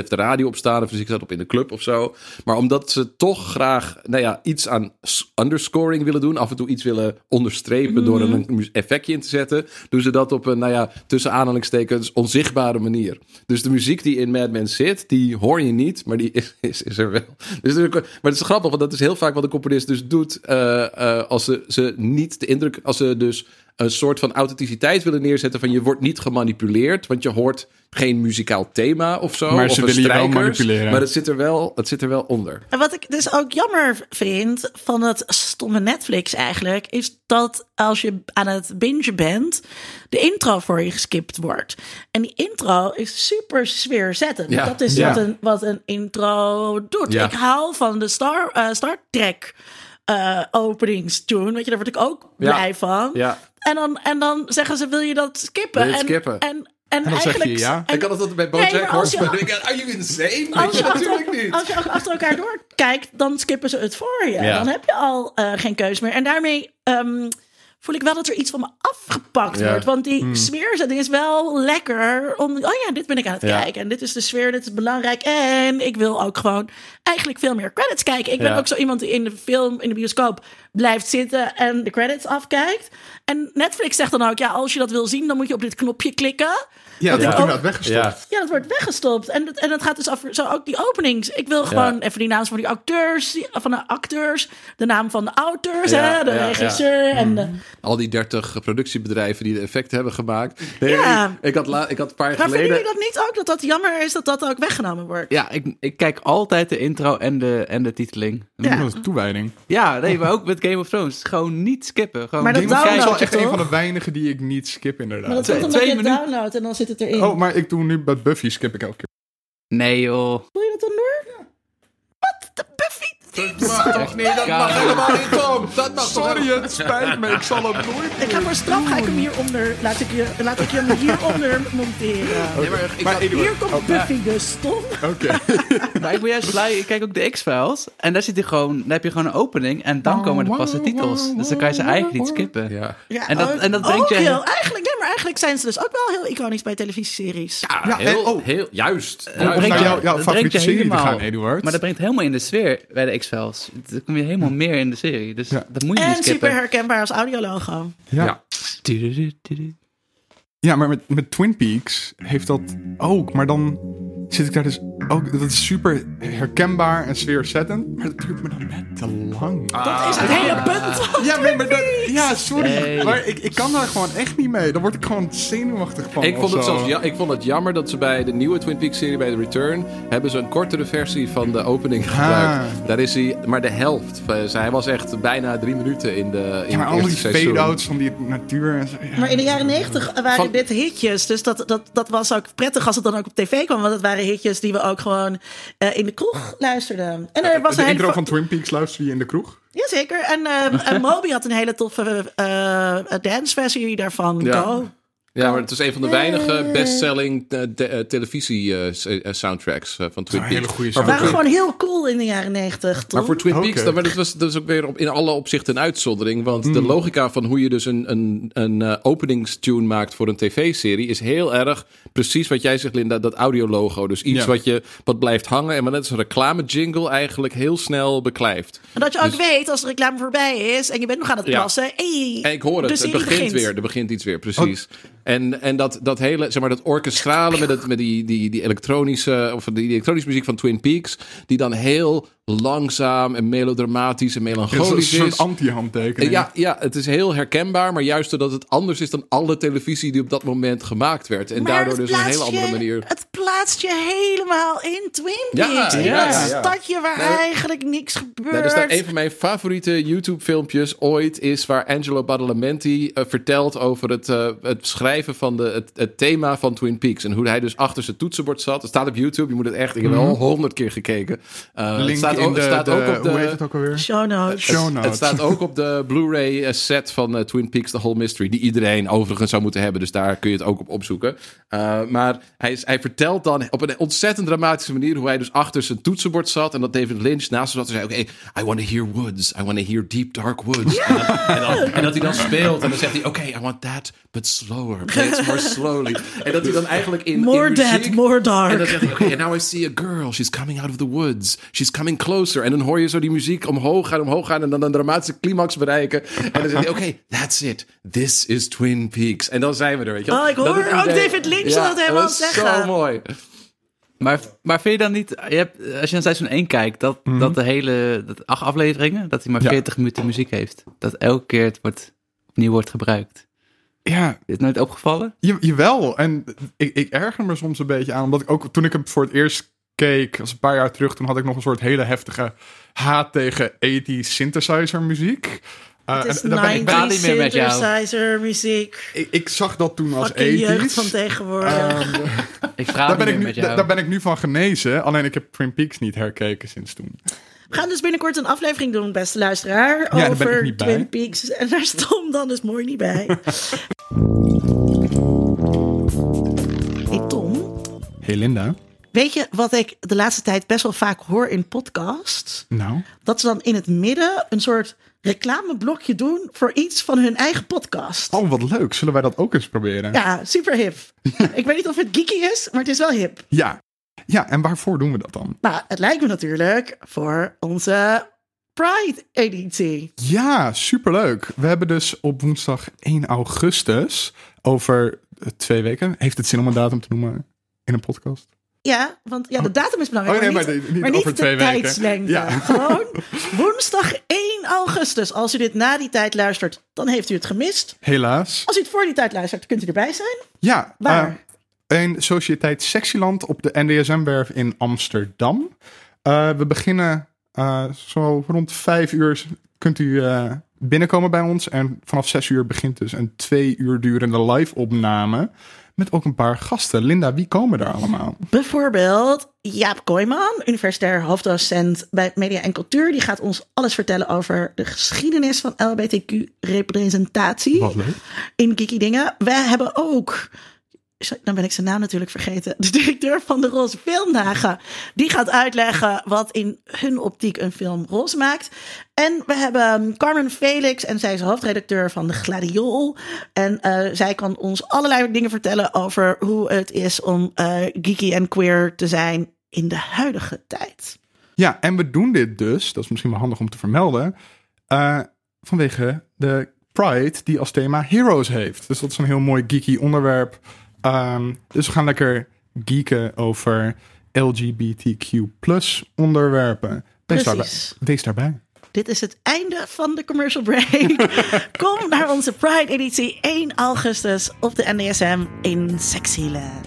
de radio op staan. Of muziek staat op in de club of zo. Maar omdat ze toch graag nou ja, iets aan underscoring willen doen. Af en toe iets willen onderstrepen mm. door er een effectje in te zetten. Doen ze dat op een, nou ja, tussen aanhalingstekens onzichtbare manier. Dus de muziek die in Mad Men zit, die hoor je niet. Maar die is, is, is er wel. Dus, maar het is grappig, want dat is heel vaak wat de componist dus doet. Uh, uh, als ze, ze niet de indruk, als ze dus een soort van authenticiteit willen neerzetten van je wordt niet gemanipuleerd, want je hoort geen muzikaal thema of zo. Maar of ze willen je wel manipuleren. Maar het zit er wel, het zit er wel onder. En wat ik dus ook jammer vind van het stomme Netflix eigenlijk, is dat als je aan het bingen bent, de intro voor je geskipt wordt. En die intro is super sfeerzettend. Ja. Dat is Ja. wat, een, wat een intro doet. Ja. Ik hou van de Star, uh, Star Trek uh, openingstune. Weet je, daar word ik ook Ja. blij van. Ja. En dan, en dan zeggen ze, wil je dat skippen? Wil je het en, skippen? En, en, dan zeg je eigenlijk, ja. en- Ik kan het altijd bij Nee, BoJack maar als je- Horseman. Dan denk ik, are you insane? Als Weet je, je, natuurlijk achter, niet. als je achter elkaar doorkijkt, dan skippen ze het voor je. Ja. Dan heb je al uh, geen keus meer. En daarmee um, voel ik wel dat er iets van me afgepakt Ja. wordt. Want die sfeerzetting is wel lekker. Om, oh ja, dit ben ik aan het Ja. kijken. En dit is de sfeer, dit is belangrijk. En ik wil ook gewoon eigenlijk veel meer credits kijken. Ik ben Ja. ook zo iemand die in de film, in de bioscoop blijft zitten en de credits afkijkt. En Netflix zegt dan ook, ja, als je dat wil zien, dan moet je op dit knopje klikken. Ja, dat Ja. wordt inderdaad weggestopt. Ja. Ja, dat wordt weggestopt. En dat, en dat gaat dus over zo ook die openings. Ik wil gewoon even die naam van die acteurs, die- van de acteurs, de naam van de auteurs, Ja, hè, de ja, regisseur en de, Al die dertig productiebedrijven die de effecten hebben gemaakt. Nee, Ja. ik, ik, had la, ik had een paar jaar Maar vinden geleden... jullie dat niet ook, dat dat jammer is dat dat ook weggenomen wordt? Ja, ik, ik kijk altijd de intro en de, en de titeling. Ja. Dat is een toewijding. Ja, nee, maar ook met Game of Thrones. Gewoon niet skippen. Gewoon Maar dat Game of Thrones is download wel je echt een toch? van de weinigen die ik niet skip, inderdaad. Maar dat Twee- komt omdat twee je het minuten. downloadt en dan zit het erin. Oh, maar ik doe nu bij Buffy skip ik elke keer. Nee joh. Wil je dat dan door? Wat? De Buffy? Dat mag toch niet? Dat mag helemaal niet, Tom. Dat mag toch Sorry, het spijt me. Ik zal het nooit Ik ga voor straf, ga ik hem hieronder, laat ik, je, laat ik je hem hieronder monteren. Nee, maar ik Maar had- anyway, Hier komt Buffy dus, Tom. Oké. Maar ik ben juist blij. Ik kijk ook de X-Files. En daar zit hij gewoon. Dan heb je gewoon een opening. En dan komen er pas de titels. Dus dan kan je ze eigenlijk niet skippen. Ja. Ja, En dat- ook- en dat brengt ook je- heel, eigenlijk, nee, maar eigenlijk zijn ze dus ook wel heel iconisch bij televisieseries. Ja, Ja, heel, en- oh. heel, juist. Dat juist. brengt naar je- jouw- jouw dat favoriete brengt je serie te helemaal- gaan, Eduard. Maar dat brengt helemaal in de sfeer bij de X-Files. Dan kom je helemaal meer in de serie. Dus Ja. dat moet je En niet super skippen. herkenbaar als audiologo. Ja. Ja. Ja, maar met, met Twin Peaks heeft dat ook. Maar dan zit ik daar dus ook... Dat is super herkenbaar en sfeerzettend. Maar dat duurt me dan net te lang. Dat is het hele punt. Ja, maar, maar dat, ja, sorry. Nee. Maar ik, ik kan daar gewoon echt niet mee. Dan word ik gewoon zenuwachtig van. Ik vond, of het zo. zelfs, ja, ik vond het jammer dat ze bij de nieuwe Twin Peaks serie, bij The Return, hebben ze een kortere versie van de opening gebruikt. Daar is hij maar de helft. Hij was echt bijna drie minuten in de in Ja, maar het al die eerste seizoen. fade-outs van die natuur en zo. Ja. Maar in de jaren negentig waren Van- dit hitjes. Dus dat, dat, dat was ook prettig als het dan ook op tv kwam. Want het waren hitjes die we ook gewoon uh, in de kroeg luisterden. En er was de een hele intro va- van Twin Peaks luister je in de kroeg. Jazeker. En, uh, en Moby had een hele toffe uh, danceversie daarvan. Ja. Go. Ja, maar het is een van de weinige bestselling uh, de, uh, televisie uh, s- uh, soundtracks uh, van Twin een Peaks. hele goede Maar waren voor- gewoon heel cool in de jaren negentig. Maar voor Twin Oké. Peaks, dan, maar dat was, dat is ook weer op, in alle opzichten een uitzondering. Want Hmm. de logica van hoe je dus een, een, een uh, openingstune maakt voor een tv-serie is heel erg precies wat jij zegt, Linda, dat audiologo. Dus iets Ja. wat, je, wat blijft hangen en maar net als een reclame-jingle eigenlijk heel snel beklijft. En dat je ook Dus- weet als de reclame voorbij is en je bent nog aan het Ja. plassen. Hey, En ik hoor de het, het serie begint, begint. weer. Er begint iets weer, precies. En, en dat, dat hele, zeg maar, dat orkestrale met, het, met die, die, die elektronische, of die, die elektronische muziek van Twin Peaks, die dan heel langzaam en melodramatisch en Het is een melancholisch soort is. anti-handtekening. Ja, ja, het is heel herkenbaar, maar juist doordat het anders is dan alle televisie die op dat moment gemaakt werd. En Maar daardoor het dus een hele plaatst andere je- manier. Het plaatst je helemaal in Twin Ja, Peaks. in ja, een ja, ja. stadje waar Nee. eigenlijk niks gebeurt. Nou, er staat een van mijn favoriete YouTube-filmpjes ooit is waar Angelo Badalamenti uh, vertelt over het, uh, het schrijven van de, het, het thema van Twin Peaks. En hoe hij dus achter zijn toetsenbord zat. Het staat op YouTube, je moet het echt, ik heb het al honderd keer gekeken. Uh, het Link staat ook- in de, staat de- ook op de- hoe heet het ook alweer? Show notes. Show Het, notes. het staat ook op de Blu-ray eh, set van eh, Twin Peaks The Whole Mystery. Die iedereen overigens zou moeten hebben. Dus daar kun je het ook op opzoeken. Uh, maar hij, is- hij vertelt dan op een ontzettend dramatische manier... hoe hij dus achter zijn toetsenbord zat. En dat David Lynch naast hem zat en zei... Oké, I want to hear woods. I want to hear deep dark woods. En, dan, en, dan, en dat hij dan speelt. En dan zegt hij... Oké, I want that, but slower. Play it more slowly. En dat hij dan eigenlijk in, More in dead, muziek... more En dan dark. zegt hij, okay, now I see a girl. She's coming out of the woods. She's coming closer. En dan hoor je zo die muziek omhoog gaan, omhoog gaan... en dan een dramatische climax bereiken. En dan zegt hij, oké, that's it. This is Twin Peaks. En dan zijn we er, weet je wel. Oh, ik Dat hoor het ook idee- David Lynch dat helemaal dat is zeggen. zo mooi. Maar, maar vind je dan niet, je hebt, als je naar seizoen één kijkt, dat, Mhm. dat de hele, dat acht afleveringen, dat hij maar Ja. veertig minuten muziek heeft. Dat elke keer het wordt, opnieuw wordt gebruikt. Ja, Is het nooit opgevallen? je, jawel. En ik, ik erger me soms een beetje aan. Omdat ik ook toen ik hem voor het eerst keek, als een paar jaar terug, toen had ik nog een soort hele heftige haat tegen tachtig synthesizer muziek. Uh, Het is en daar ben ik, baal nineties niet meer met jou. synthesizer muziek. ik, ik zag dat toen als Fucking jeugd van tachtig. tegenwoordig. Ehm, Ik praat daar, niet ben ik meer nu, met jou. da- daar ben ik nu van genezen. Alleen ik heb Twin Peaks niet herkeken sinds toen. We gaan dus binnenkort een aflevering doen, beste luisteraar. daar ben ik over niet bij. Twin Peaks. En daar stond dan dus mooi niet bij. Hey Tom, Hey Linda. weet je wat ik de laatste tijd best wel vaak hoor in podcasts? Nou, Dat ze dan in het midden een soort reclameblokje doen voor iets van hun eigen podcast. oh wat leuk. Zullen wij dat ook eens proberen? Ja, super hip. Ik weet niet of het geeky is, maar het is wel hip. Ja. Ja, en waarvoor doen we dat dan? Nou, het lijkt me natuurlijk voor onze Pride-editie. Ja, superleuk. We hebben dus op woensdag één augustus, over eh, twee weken. Heeft het zin om een datum te noemen in een podcast? Ja, want ja, de datum is belangrijk. Oh, nee, maar maar niet, de- niet maar niet over de twee weken. tijdslengte. Ja. Gewoon woensdag één augustus. Als u dit na die tijd luistert, dan heeft u het gemist. Helaas. Als u het voor die tijd luistert, kunt u erbij zijn. Ja, Waar? eh, in Sociëteit Sexyland op de N D S M-werf in Amsterdam. Eh, we beginnen eh, zo rond vijf uur. Kunt u eh, binnenkomen bij ons. En vanaf zes uur begint dus een twee uur durende live-opname. Met ook een paar gasten. Linda, wie komen daar allemaal? Bijvoorbeeld Jaap Kooijman, universitair hoofddocent bij Media en Cultuur. Die gaat ons alles vertellen over de geschiedenis van L G B T Q-representatie Wat leuk. in Geeky Dingen. We hebben ook, dan ben ik zijn naam natuurlijk vergeten, de directeur van de Roze Filmdagen. Die gaat uitleggen wat in hun optiek een film roze maakt. En we hebben Carmen Felix en zij is hoofdredacteur van de Gladiool. En uh, zij kan ons allerlei dingen vertellen over hoe het is om uh, geeky en queer te zijn in de huidige tijd. Ja, en we doen dit dus, dat is misschien wel handig om te vermelden, uh, vanwege de Pride die als thema Heroes heeft. Dus dat is een heel mooi geeky onderwerp. Um, dus we gaan lekker geeken over L G B T Q plus onderwerpen. Wees daarbij. Wees daarbij. Dit is het einde van de commercial break. Kom naar onze Pride-editie één augustus op de N D S M in Sexyland.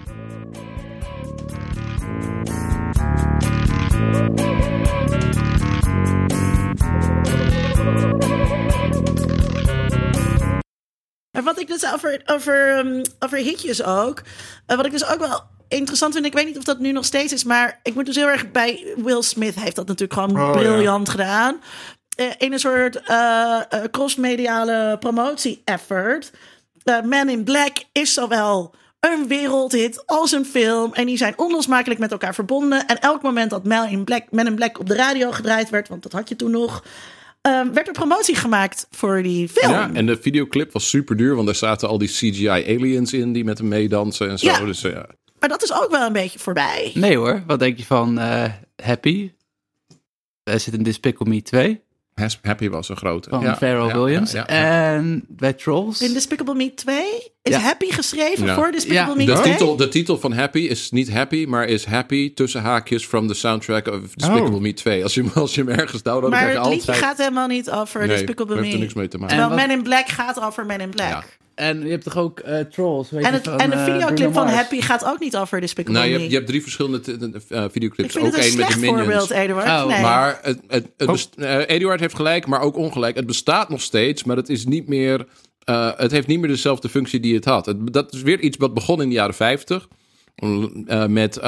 Maar wat ik dus over, over, um, over hitjes ook. Uh, wat ik dus ook wel interessant vind. Ik weet niet of dat nu nog steeds is. Maar ik moet dus heel erg bij Will Smith heeft dat natuurlijk gewoon oh, briljant ja. gedaan. Uh, in een soort uh, uh, cross-mediale promotie-effort. Uh, Man in Black is zowel een wereldhit als een film. En die zijn onlosmakelijk met elkaar verbonden. En elk moment dat Man in Black, Man in Black op de radio gedraaid werd, want dat had je toen nog, Um, werd er promotie gemaakt voor die film. Ja, en de videoclip was super duur, want er zaten al die C G I aliens in die met hem meedansen en zo. Ja. Dus, uh, ja. Maar dat is ook wel een beetje voorbij. Nee hoor, wat denk je van uh, Happy? Er zit in Despicable Me twee. Happy was een grote. Van ja, Pharrell ja, Williams. ja, ja, ja. En bij Trolls. In Despicable Me twee is Ja. Happy geschreven Ja. voor Despicable Ja. Me De twee. titel, de titel van Happy is niet Happy, maar is Happy tussen haakjes from the soundtrack of Despicable Oh. Me twee. Als je, hem- als je hem ergens downloadt, dan Maar krijg het je liedje altijd... gaat helemaal niet over Nee, Despicable heeft er Me. niks mee te maken. Terwijl En wat- Man in Black gaat over Man in Black. Ja. En je hebt toch ook uh, Trolls? Weet En, je, het, van, en de uh, videoclip Bruno van Mars. Happy gaat ook niet over Despicable Nou, je Me. hebt, je hebt drie verschillende t- t- uh, Ik videoclips. vind Ook het een één met de slecht Minions. voorbeeld, Eduard. Oh, nee. Maar het, het, het Oh. best- uh, Eduard heeft gelijk, maar ook ongelijk. Het bestaat nog steeds, maar het is niet meer. Uh, het heeft niet meer dezelfde functie die het had. Het, dat is weer iets wat begon in de jaren vijftig. Uh, met uh,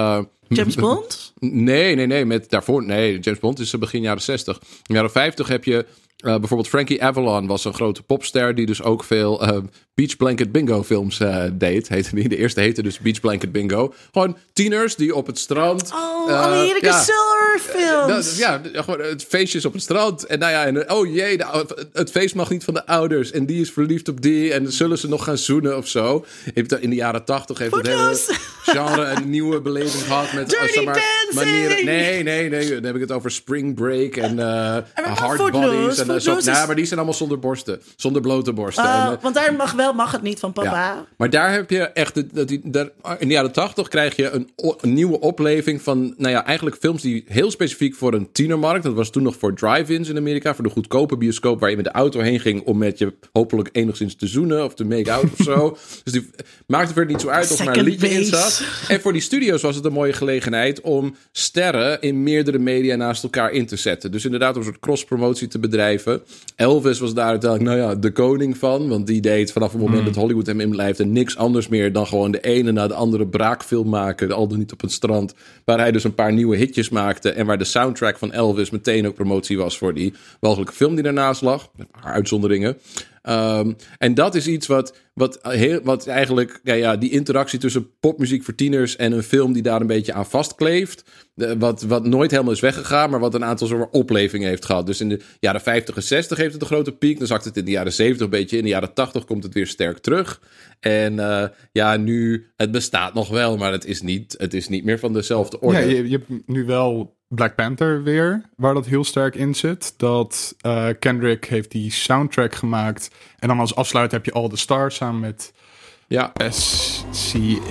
James Bond? Nee, nee, nee. Met daarvoor, nee, James Bond is begin jaren zestig. In de jaren vijftig heb je uh, bijvoorbeeld Frankie Avalon was een grote popster die dus ook veel uh, Beach Blanket Bingo films uh, deed. Heette die. De eerste heette dus Beach Blanket Bingo. Gewoon tieners die op het strand... Oh, uh, alle heerlijke ja, silverfilms. Ja, gewoon het feestjes op het strand. En nou ja, en, oh jee, de, het feest mag niet van de ouders. En die is verliefd op die. En zullen ze nog gaan zoenen of zo. In de jaren tachtig heeft het hele genre een nieuwe beleving gehad. Met, Dirty zeg maar, Dancing! manieren. Nee, nee, nee. Dan heb ik het over Spring Break en uh, Hard Footloose, Bodies. En, uh, zo, Footloose is... nou, maar die zijn allemaal zonder borsten. Zonder blote borsten. Uh, en, uh, want daar mag wel mag het niet van papa. Ja. Maar daar heb je echt... De, de, de, de, in de jaren tachtig krijg je een, een nieuwe opleving van... Nou ja, eigenlijk films die heel specifiek voor een tienermarkt... Dat was toen nog voor drive-ins in Amerika. Voor de goedkope bioscoop waar je met de auto heen ging... om met je hopelijk enigszins te zoenen of te make-out of zo. Dus die maakte verder niet zo uit of er maar een liedje in zat. En voor die studio's was het een mooie gelegenheid... om sterren in meerdere media naast elkaar in te zetten. Dus inderdaad om een soort cross-promotie te bedrijven. Elvis was daar uiteindelijk, nou ja, de koning van. Want die deed vanaf het moment mm. dat Hollywood hem inlijfde... niks anders meer dan gewoon de ene na de andere braakfilm maken. Al dan niet op het strand. Waar hij dus een paar nieuwe hitjes maakte. En waar de soundtrack van Elvis meteen ook promotie was... voor die mogelijke film die daarnaast lag. Met een paar uitzonderingen. Um, en dat is iets wat, wat, heel, wat eigenlijk... Ja, ja, die interactie tussen popmuziek voor tieners... en een film die daar een beetje aan vastkleeft... De, wat, wat nooit helemaal is weggegaan... maar wat een aantal soort oplevingen heeft gehad. Dus in de jaren vijftig en zestig heeft het een grote piek. Dan zakt het in de jaren zeventig een beetje. In de jaren tachtig komt het weer sterk terug. En uh, ja, nu... Het bestaat nog wel, maar het is niet, het is niet meer van dezelfde orde. Ja, je, je hebt nu wel Black Panther weer... waar dat heel sterk in zit. Dat uh, Kendrick heeft die soundtrack gemaakt... en dan als afsluiter heb je All the Stars samen met... Ja. S C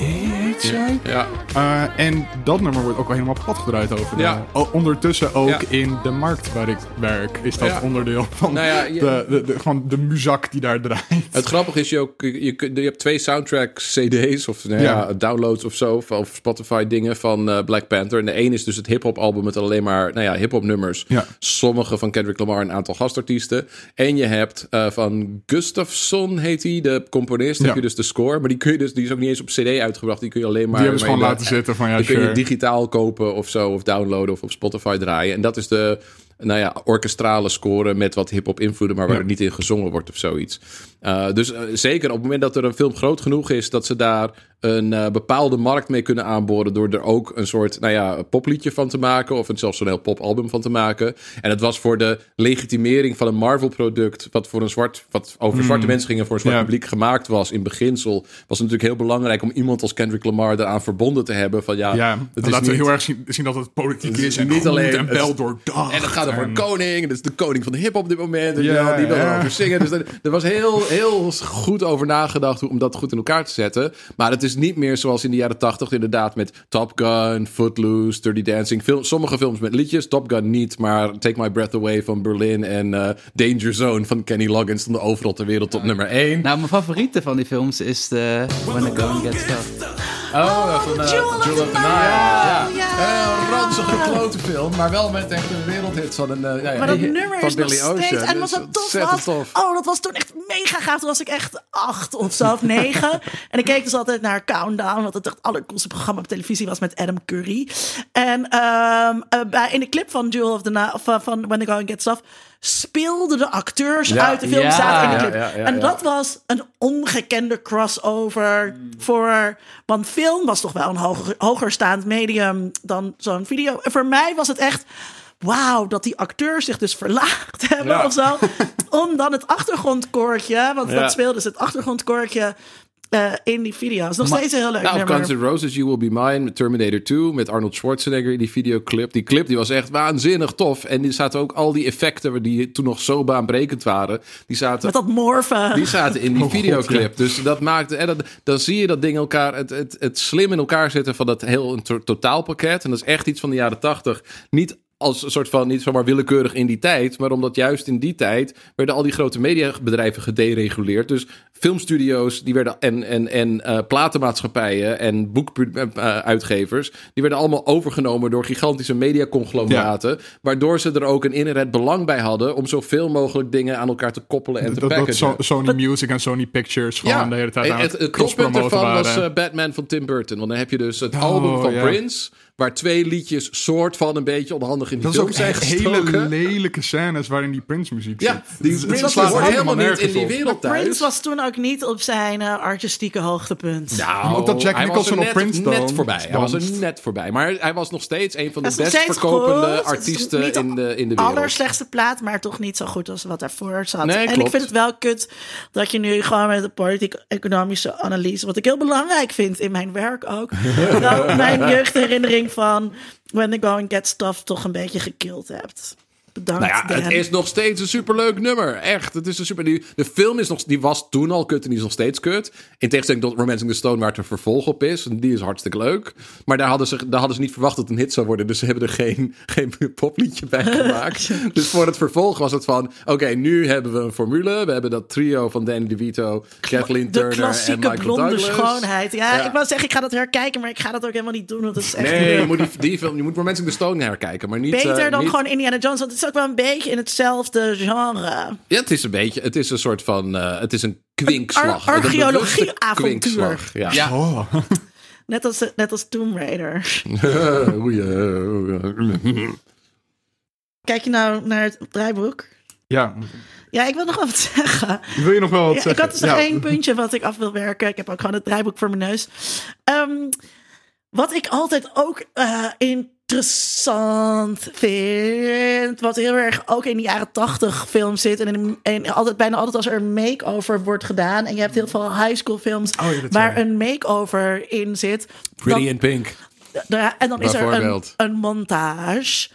A Ja. ja. Uh, en dat nummer wordt ook al helemaal plat gedraaid over. De, ja. o, ondertussen ook ja. in de markt waar ik werk... is dat ja. onderdeel van nou ja, je, de, de, de, gewoon de muzak die daar draait. Het grappige is, je, ook, je, je, je hebt twee soundtrack C D's... of nou ja, ja, downloads of zo... of Spotify dingen van uh, Black Panther. En de een is dus het hip-hop album... met alleen maar nou ja, hip-hop nummers. Ja. Sommige van Kendrick Lamar... een aantal gastartiesten. En je hebt uh, van Gustafsson, heet hij... de componist, ja. heb je dus de score... maar die kun je dus, die is ook niet eens op C D uitgebracht. Die kun je alleen maar... Die hebben ze gewoon je, laten zitten van ja, die sure. kun je digitaal kopen of zo, of downloaden of op Spotify draaien. En dat is de, nou ja, orkestrale score met wat hip-hop invloeden, maar waar ja. er niet in gezongen wordt of zoiets. Uh, dus uh, zeker op het moment dat er een film groot genoeg is, dat ze daar een uh, bepaalde markt mee kunnen aanboren door er ook een soort, nou ja, popliedje van te maken of een, zelfs zo'n heel popalbum van te maken. En het was voor de legitimering van een Marvel-product, wat voor een zwart, wat over mm. zwarte mensen ging en voor een zwart ja. publiek gemaakt was in beginsel, was het natuurlijk heel belangrijk om iemand als Kendrick Lamar eraan verbonden te hebben van ja, ja het is laten niet, we heel erg zien, zien dat het politiek het is, is en niet alleen en bel door dag. En het gaat over een koning, en dat is de koning van de hip-hop op dit moment, en ja, die wil ja. erover zingen. Dus er, er was heel, heel goed over nagedacht om dat goed in elkaar te zetten. Maar het is niet meer zoals in de jaren tachtig inderdaad met Top Gun, Footloose, Dirty Dancing. Film, sommige films met liedjes, Top Gun niet, maar Take My Breath Away van Berlin en uh, Danger Zone van Kenny Loggins stonden overal ter wereld op uh, nummer één. Nou, mijn favoriete van die films is de When the Going Gets Tough. Oh, van uh, Jewel of the Night. Ja, ja. Een ranzige klote film, maar wel met echt een wereldhit van een uh, ja, maar dat nummer van is Billy nog steeds, Ocean. en was dat tof was. Tof. Oh, dat was toen echt mega gaaf. Toen was ik echt acht of zo, of negen. En ik keek dus altijd naar Countdown, wat het echt het allercoolste programma op televisie was met Adam Curry. En um, uh, bij, in de clip van Jewel of the Night, of, uh, van When the Going Gets Tough, speelden de acteurs ja, uit de film ja, zaten in de clip. Ja, ja, ja, en dat ja. was een ongekende crossover mm. voor... Want film was toch wel een hoger, hoger staand medium dan zo'n video. En voor mij was het echt... Wauw, dat die acteurs zich dus verlaagd hebben ja. of zo. Om dan het achtergrondkoortje... Want ja. dat speelde dus het achtergrondkoortje... Uh, in die video. Is nog maar, steeds een heel leuk nou, nummer. Guns N' Roses, You Will Be Mine, met Terminator two, met Arnold Schwarzenegger in die videoclip. Die clip die was echt waanzinnig tof. En die zaten ook al die effecten die toen nog zo baanbrekend waren. Die zaten, met dat morfen. Die zaten in die oh, videoclip. God, ja. Dus dat maakte... En dat, dan zie je dat ding elkaar... Het, het, het slim in elkaar zetten van dat heel een to- totaalpakket. En dat is echt iets van de jaren tachtig. Niet als een soort van, niet zomaar willekeurig in die tijd, maar omdat juist in die tijd werden al die grote mediabedrijven gedereguleerd. Dus filmstudio's die werden, en, en, en uh, platenmaatschappijen en boekuitgevers, uh, die werden allemaal overgenomen door gigantische mediaconglomeraten, ja. waardoor ze er ook een inherent belang bij hadden om zoveel mogelijk dingen aan elkaar te koppelen en te dat, packagen. Dat Sony Music en Sony Pictures gewoon ja. de hele tijd aan het, het, het toppunt ervan waren. was uh, Batman van Tim Burton. Want dan heb je dus het oh, album van ja. Prince, waar twee liedjes soort van een beetje onhandig in die dat film zijn gestoken. Dat is ook hele lelijke scènes waarin die Prince muziek zit. Ja, die het, Prince het hoort helemaal niet in die op. wereld thuis. Prince was toen ook niet op zijn uh, artistieke hoogtepunt. Nou, ook dat Jack hij Nicholson was er op net, Prince net danst. voorbij. Hij was er net voorbij. Maar hij was nog steeds een van de Dat is nog best steeds verkopende goed. artiesten Het is niet in de, in de de wereld. allerslechtste plaat, maar toch niet zo goed als wat daarvoor zat. Nee, en klopt. ik vind het wel kut dat je nu gewoon met de politiek-economische analyse, wat ik heel belangrijk vind in mijn werk ook, dat mijn jeugdherinnering van When the Going Gets Tough toch een beetje gekild hebt. Bedankt. Nou ja, Dan. het is nog steeds een superleuk nummer. Echt, het is een super... Die, de film is nog, die was toen al kut en die is nog steeds kut. In tegenstelling tot Romancing the Stone, waar het een vervolg op is. En die is hartstikke leuk. Maar daar hadden ze, daar hadden ze niet verwacht dat het een hit zou worden. Dus ze hebben er geen, geen popliedje bij gemaakt. Dus voor het vervolg was het van... Oké, okay, nu hebben we een formule. We hebben dat trio van Danny DeVito, Kathleen Turner en Michael Michael Douglas. De blonde schoonheid. Ja, Ja. ik wou zeggen, ik ga dat herkijken, maar ik ga dat ook helemaal niet doen. Want het is echt Nee, je leuk. moet, die, die film, je moet Romancing the Stone herkijken. Maar niet, Beter uh, dan niet... gewoon Indiana Jones, want het is ook wel een beetje in hetzelfde genre. Ja, het is een beetje... Het is een soort van... Uh, het is een kwinkslag. Ar- Een bewuste archeologie-avontuur. kwinkslag, Ja. Ja. Oh. Net als, net als Tomb Raider. Kijk je nou naar het draaiboek? Ja. Ja, ik wil nog wel wat zeggen. Wil je nog wel wat Ja, zeggen? ik had dus nog Ja. één puntje wat ik af wil werken. Ik heb ook gewoon het draaiboek voor mijn neus. Um, wat ik altijd ook uh, interessant vind, wat heel erg ook in de jaren tachtig films zit. En, in, en altijd, bijna altijd als er een make-over wordt gedaan. En je hebt heel veel high school films Oh, ja, dat waar wel. een make-over in zit. Pretty dan, in Pink. ja, en dan is er een, Bijvoorbeeld. een montage.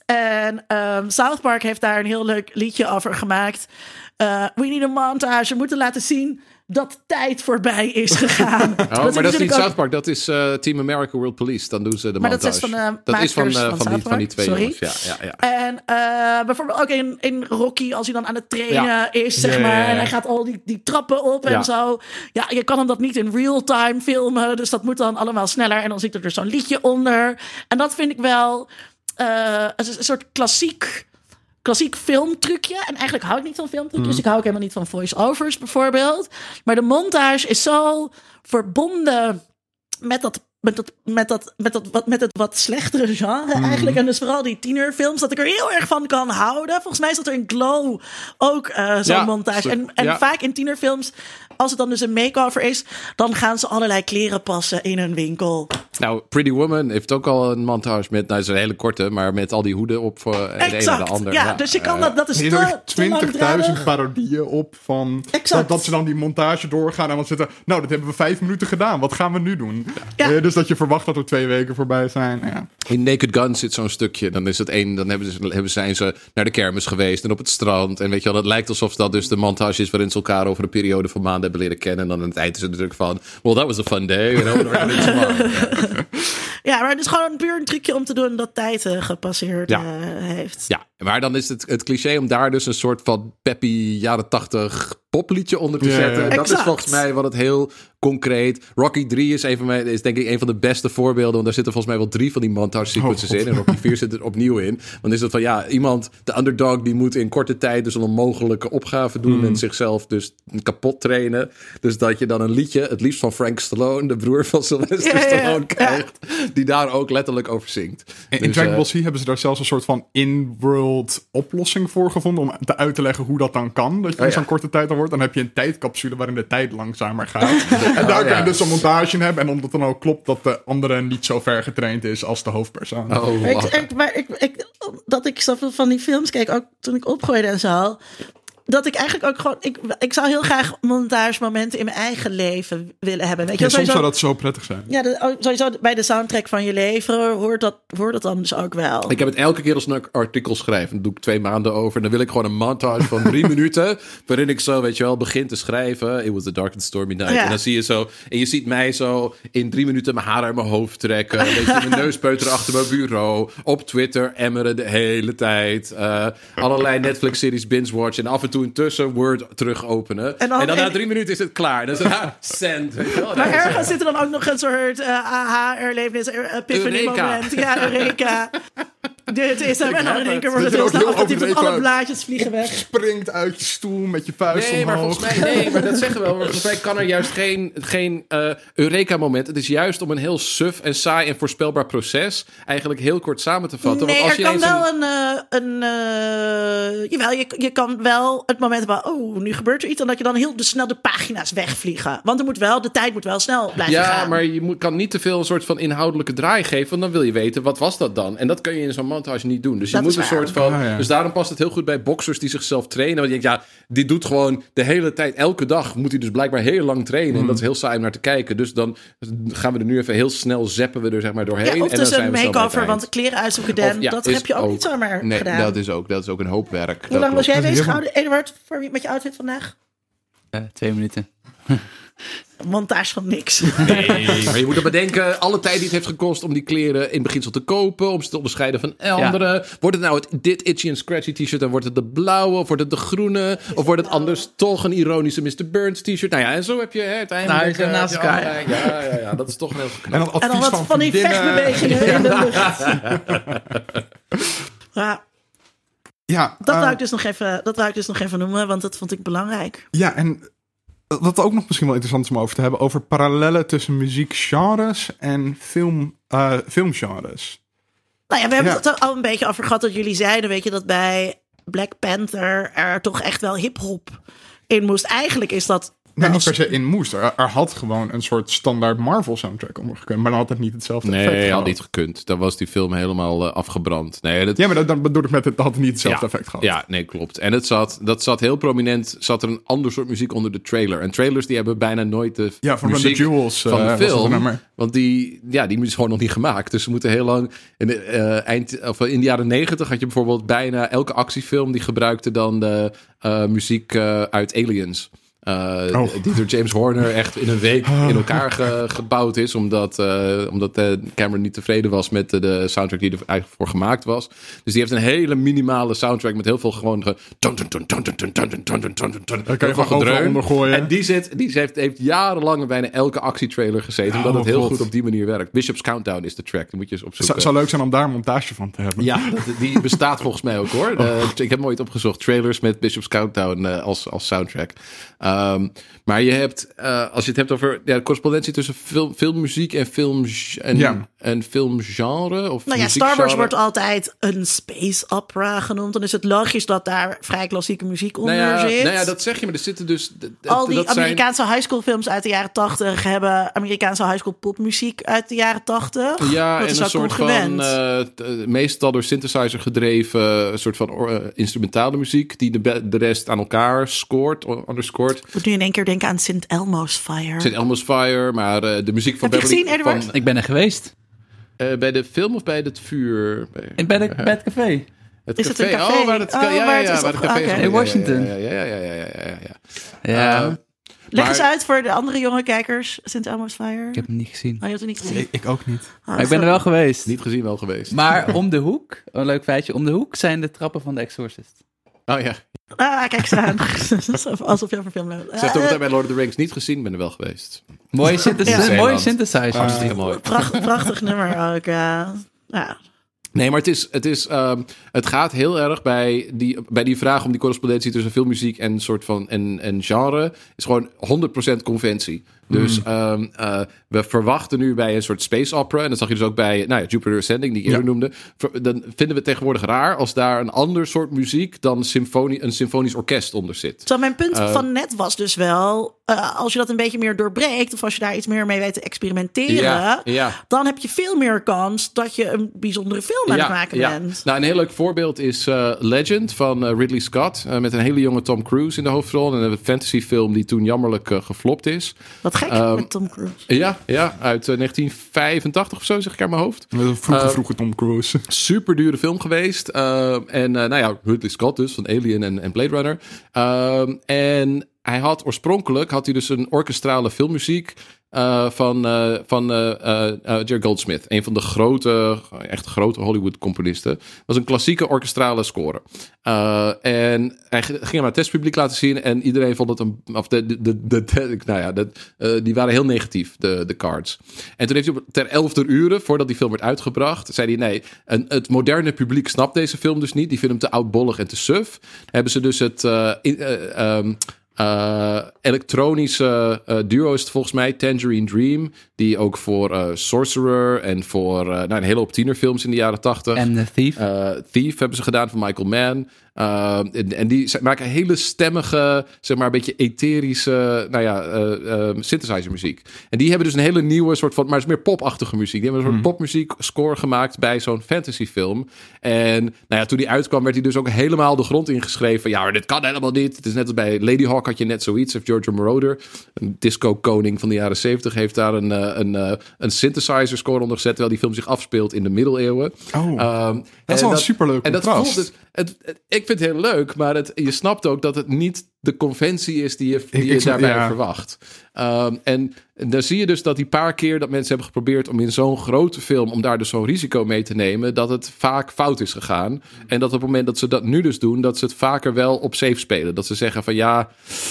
En um, South Park heeft daar een heel leuk liedje over gemaakt. Uh, we need a montage. We moeten laten zien dat tijd voorbij is gegaan. Oh, maar dat is niet natuurlijk ook- South Park, dat is uh, Team America World Police. Dan doen ze de Maar montage. dat is van de dat is van, makers uh, van van, die, South van die Park. twee Sorry. jongens. Ja, ja, ja. En uh, bijvoorbeeld ook in, in Rocky, als hij dan aan het trainen Ja. is, zeg Ja, ja, maar. ja. En hij gaat al die, die trappen op Ja. en zo. Ja, je kan hem dat niet in real time filmen. Dus dat moet dan allemaal sneller. En dan zit er dus zo'n liedje onder. En dat vind ik wel uh, een, een soort klassiek... klassiek filmtrucje. En eigenlijk hou ik niet van filmtrucjes. Mhm. Ik hou ook helemaal niet van voice-overs bijvoorbeeld. Maar de montage is zo verbonden met dat, met dat, met dat, met dat wat, met het wat slechtere genre Mhm. eigenlijk. En dus vooral die tienerfilms, dat ik er heel erg van kan houden. Volgens mij is dat er in Glow ook uh, zo'n Ja, montage. En, en ja. vaak in tienerfilms, als het dan dus een make-over is, dan gaan ze allerlei kleren passen in een winkel. Nou, Pretty Woman heeft ook al een montage met, nou, het is een hele korte, maar met al die hoeden op voor de een en de Exact. ander. Ja, dus je kan eh, dat, dat is Hier te, er te twintigduizend langdradig. parodieën op van Exact. dat, dat ze dan die montage doorgaan en dan zitten. Nou, dat hebben we vijf minuten gedaan. Wat gaan we nu doen? Ja. Eh, dus dat je verwacht dat er twee weken voorbij zijn. Ja. In Naked Gun zit zo'n stukje. Dan is het één, dan hebben ze, hebben, zijn ze naar de kermis geweest en op het strand. En weet je wel, het lijkt alsof dat dus de montage is waarin ze elkaar over een periode van maanden hebben leren kennen. En dan aan het eind is het natuurlijk van, well, that was a fun day. You know, we're having some fun. Ja, maar het is gewoon puur een trucje om te doen dat tijd uh, gepasseerd Ja. uh, heeft. Ja, maar dan is het, het cliché om daar dus een soort van peppy jaren tachtig popliedje onder te Ja, zetten. ja. Dat Exact. is volgens mij wat het heel concreet. Rocky drie is, een van mijn, is denk ik een van de beste voorbeelden. Want daar zitten volgens mij wel drie van die montage sequences Oh, God. in. En Rocky vier zit er opnieuw in. Want is het van ja, iemand, de underdog, die moet in korte tijd dus een onmogelijke opgave doen. Mm. En zichzelf dus kapot trainen. Dus dat je dan een liedje, het liefst van Frank Stallone, de broer van Sylvester Ja, ja, ja. Stallone, krijgt. Die daar ook letterlijk over zingt. In, in Dus, Dragon eh, Ball Z hebben ze daar zelfs een soort van in-world oplossing voor gevonden. Om te uit te leggen hoe dat dan kan. Dat je Oh, in ja. zo'n korte tijd dan wordt. Dan heb je een tijdcapsule waarin de tijd langzamer gaat. En daar Oh, kan ja. je dus een montage in hebben. En omdat dan ook klopt dat de andere niet zo ver getraind is als de hoofdpersoon. Oh, Maar, ik, wow. ik- maar ik, ik, dat ik zoveel van die films keek, ook toen ik opgroeide en zo, dat ik eigenlijk ook gewoon... Ik, ik zou heel graag montagemomenten in mijn eigen leven willen hebben. Weet je, Ja, wel, soms sowieso- zou dat zo prettig zijn. Ja, de- oh, sowieso bij de soundtrack van je leven hoort dat, hoort dat dan dus ook wel. Ik heb het elke keer als ik een artikel schrijf. En dat doe ik twee maanden over. En dan wil ik gewoon een montage van drie minuten. Waarin ik zo, weet je wel, begin te schrijven. It was a dark and stormy night. Ja. En dan zie je zo. En je ziet mij zo in drie minuten mijn haar uit mijn hoofd trekken. Een beetje mijn neus peuteren achter mijn bureau. Op Twitter emmeren de hele tijd. Uh, allerlei Netflix-series binge-watch. En af en toe intussen Word terug openen. En dan- dan, na en- drie minuten is het klaar. En dan is het, ah, send. Weet je wel? Maar Dat is- ergens zit er dan ook nog een soort uh, aha-erlevenis, uh, epiphany Eureka. moment. Ja, Eureka. Dit is hem. En dan in één keer wordt Dat het er heel ook snel heel afgetipt, want alle overdreven blaadjes vliegen weg. Springt uit je stoel met je vuist Nee, maar omhoog. volgens mij, nee, maar dat zeggen we wel. Maar volgens mij kan er juist geen, geen uh, Eureka-moment. Het is juist om een heel suf en saai en voorspelbaar proces eigenlijk heel kort samen te vatten. Nee, Want als er je kan ineens wel een... uh, een uh, jawel, je, je kan wel het moment van... oh, nu gebeurt er iets. En dat je dan heel de snel de pagina's wegvliegen. Want er moet wel, de tijd moet wel snel blijven Ja, gaan. maar je moet, kan niet te veel een soort van inhoudelijke draai geven. Want dan wil je weten, wat was dat dan? En dat kun je in zo'n montage niet doen. Dus je Dat moet is een waar. soort van... Ah, ja. Dus daarom past het heel goed bij boxers die zichzelf trainen. Want je denkt, ja, dit doet gewoon de hele tijd... Elke dag moet hij dus blijkbaar heel lang trainen. En dat is heel saai om naar te kijken. Dus dan gaan we er nu even heel snel zappen we er zeg maar doorheen. Ja, of en dus dan zijn een we snel bij het make-over, eind. want kleren uitzoeken, Dan, Of, ja, dat is heb je ook, niet zomaar nee, gedaan. dat is ook, dat is ook een hoop werk. Hoe lang was jij Dat is bezig, heel- oude Eduard, voor wie- met je outfit vandaag? Uh, twee minuten. Montage van niks. Nee, maar je moet er bedenken, alle tijd die het heeft gekost om die kleren in beginsel te kopen, om ze te onderscheiden van andere. Wordt het nou het, dit Itchy and Scratchy t-shirt, dan wordt het de blauwe, of wordt het de groene, of wordt het anders toch een ironische mister Burns t-shirt. Nou ja, en zo heb je hè, uiteindelijk... Nou, je zit eh, naast ja, elkaar. Ja, ja, ja, dat is toch een heel En dan knap. En dan advies wat van van die vriendinnen. vechtbewegingen in de lucht. Ja, Ja, dat eh, wou ik dus nog even, dat wou ik dus nog even noemen, want dat vond ik belangrijk. ja, en wat ook nog misschien wel interessant is om over te hebben... over parallellen tussen muziekgenres en film, eh, filmgenres. Nou ja, we hebben Ja. het er al een beetje over gehad dat jullie zeiden, weet je, dat bij Black Panther er toch echt wel hip-hop in moest. Eigenlijk is dat... Nou, een niet per se in moest. Er, er had gewoon een soort standaard Marvel soundtrack onder gekund. Maar dan had het niet hetzelfde effect Nee, had gehad. niet gekund. Dan was die film helemaal uh, afgebrand. Nee, dat, Ja, maar dat, dan bedoel ik met het, dat had het niet hetzelfde ja, effect gehad. Ja, nee, klopt. En het zat, dat zat heel prominent, zat er een ander soort muziek onder de trailer. En trailers die hebben bijna nooit de Ja, van Run the muziek Jewels, eh, van de was dat film. een nummer. Want die, ja, die is gewoon nog niet gemaakt. Dus ze moeten heel lang... In de, eh, eind, of in de jaren negentig had je bijvoorbeeld bijna elke actiefilm die gebruikte dan de uh, muziek uh, uit Aliens. Uh, Oh. Die door James Horner echt in een week in elkaar ge- gebouwd is. Omdat, uh, omdat uh, Cameron niet tevreden was met de, de soundtrack die er eigenlijk voor gemaakt was. Dus die heeft een hele minimale soundtrack met heel veel gewoon... Ge- Daar kan je gewoon overal onder gooien. En die, zit, die heeft, heeft jarenlang in bijna elke actietrailer gezeten. Omdat Oh, het heel God. goed op die manier werkt. Bishop's Countdown is de track. Die moet je eens Het opzoeken. zou, zou leuk zijn om daar een montage van te hebben. Ja, dat, die bestaat volgens mij ook hoor. Uh, ik heb nooit opgezocht. Trailers met Bishop's Countdown uh, als, als soundtrack. Um, maar je hebt, uh, als je het hebt over ja, de correspondentie tussen film, filmmuziek en, film, en, Ja. en filmgenre. Of Nou ja, Star Wars muziekgenre. wordt altijd een space opera genoemd. Dan is het logisch dat daar vrij klassieke muziek onder nou ja, zit. nou ja, dat zeg je, maar er zitten dus... d- d- Al die dat zijn- Amerikaanse high school films uit de jaren tachtig hebben Amerikaanse high school popmuziek uit de jaren tachtig. Ja, dat en is een ook soort van, ongewend. uh, t- meestal door synthesizer gedreven, een soort van uh, instrumentale muziek, die de, be- de rest aan elkaar scoort, o- underscoort. Ik moet nu in één keer denken aan Saint Elmo's Fire. Saint Elmo's Fire, maar uh, de muziek van Heb je Beverly... gezien, Edward? van, Ik ben er geweest. uh, bij de film of bij het vuur? Bij, Ik ben er bij het café. het Is het een café? Oh, waar het, Oh, ja, ja, waar het ja, is waar het op- café is. oké. In Washington. Ja, ja, ja, ja, ja, ja, ja, ja. Ja, Uh, Leg maar- eens uit voor de andere jonge kijkers, Saint Elmo's Fire. ik heb hem niet gezien. Oh, je hebt het niet gezien. Ik, ik ook niet. Ah, Maar ik ben er wel geweest. Niet gezien, wel geweest. Maar om de hoek, een leuk feitje, om de hoek zijn de trappen van de Exorcist. Oh ja. Ah, kijk eens aan. Alsof je over film loopt. Ze heeft ook altijd bij Lord of the Rings niet gezien, ben er wel geweest. Mooie, synth- Ja. mooie Zeeland. synthesizer. Hartstikke mooi. Pracht, prachtig nummer ook, ja. Ja. Nee, maar het, is, het, is, um, het gaat heel erg bij die, bij die vraag om die correspondentie tussen filmmuziek en soort van en, en genre. Is gewoon honderd procent conventie. Dus Mm. um, uh, we verwachten nu bij een soort space opera, en dat zag je dus ook bij nou ja, Jupiter Ascending, die ik eerder Ja. noemde. Ver- Dan vinden we het tegenwoordig raar als daar een ander soort muziek dan symfonie, een symfonisch orkest onder zit. Zo, mijn punt Uh, van net was dus wel, uh, als je dat een beetje meer doorbreekt, of als je daar iets meer mee weet te experimenteren, Ja, ja. dan heb je veel meer kans dat je een bijzondere film aan het maken bent. Nou, een heel leuk voorbeeld is uh, Legend van uh, Ridley Scott. Uh, met een hele jonge Tom Cruise in de hoofdrol. En een fantasyfilm die toen jammerlijk uh, geflopt is. Wat gek Um, met Tom Cruise. Ja, ja uit uh, negentien vijfentachtig of zo, zeg ik uit mijn hoofd. Vroeger, Uh, vroeger Tom Cruise. Super Super dure film geweest. Uh, en uh, nou ja, Ridley Scott dus, van Alien en, en Blade Runner. Um, en hij had oorspronkelijk had hij dus een orkestrale filmmuziek uh, van, uh, van uh, uh, uh, Jerry Goldsmith. Een van de grote, echt grote Hollywood-componisten. Dat was een klassieke orkestrale score. Uh, en hij ging hem aan het testpubliek laten zien en iedereen vond het een... Of de, de, de, de, de nou ja, de, uh, die waren heel negatief, de, de cards. En toen heeft hij ter elfde uren, voordat die film werd uitgebracht, zei hij nee, een, het moderne publiek snapt deze film dus niet. Die vinden hem te oudbollig en te suf. Hebben ze dus het... Uh, in, uh, um, Uh, elektronische uh, duo is het volgens mij, Tangerine Dream, die ook voor uh, Sorcerer en voor uh, nou, een hele hoop tienerfilms in de jaren tachtig. En The Thief. Uh, Thief hebben ze gedaan van Michael Mann. Uh, en, en die maken hele stemmige, zeg maar een beetje etherische, nou ja, uh, uh, synthesizer muziek. En die hebben dus een hele nieuwe soort van, maar het is meer popachtige muziek. Die hebben een soort mm. popmuziek score gemaakt bij zo'n fantasyfilm. En nou ja, toen die uitkwam werd hij dus ook helemaal de grond ingeschreven. Ja, maar dit kan helemaal niet. Het is net als bij Lady Hawk had je net zoiets. Of Giorgio Moroder, een disco-koning van de jaren zeventig, heeft daar een, een, een, een synthesizer score onder gezet, terwijl die film zich afspeelt in de middeleeuwen. Oh, um, dat is wel een superleuk contrast. En dat voelt dus, het, het, ik vind het heel leuk, maar het, je snapt ook dat het niet de conventie is die je, die je ik, daarbij ja. verwacht. Um, en dan zie je dus dat die paar keer dat mensen hebben geprobeerd om in zo'n grote film, om daar dus zo'n risico mee te nemen, dat het vaak fout is gegaan. En dat op het moment dat ze dat nu dus doen, dat ze het vaker wel op safe spelen. Dat ze zeggen van ja,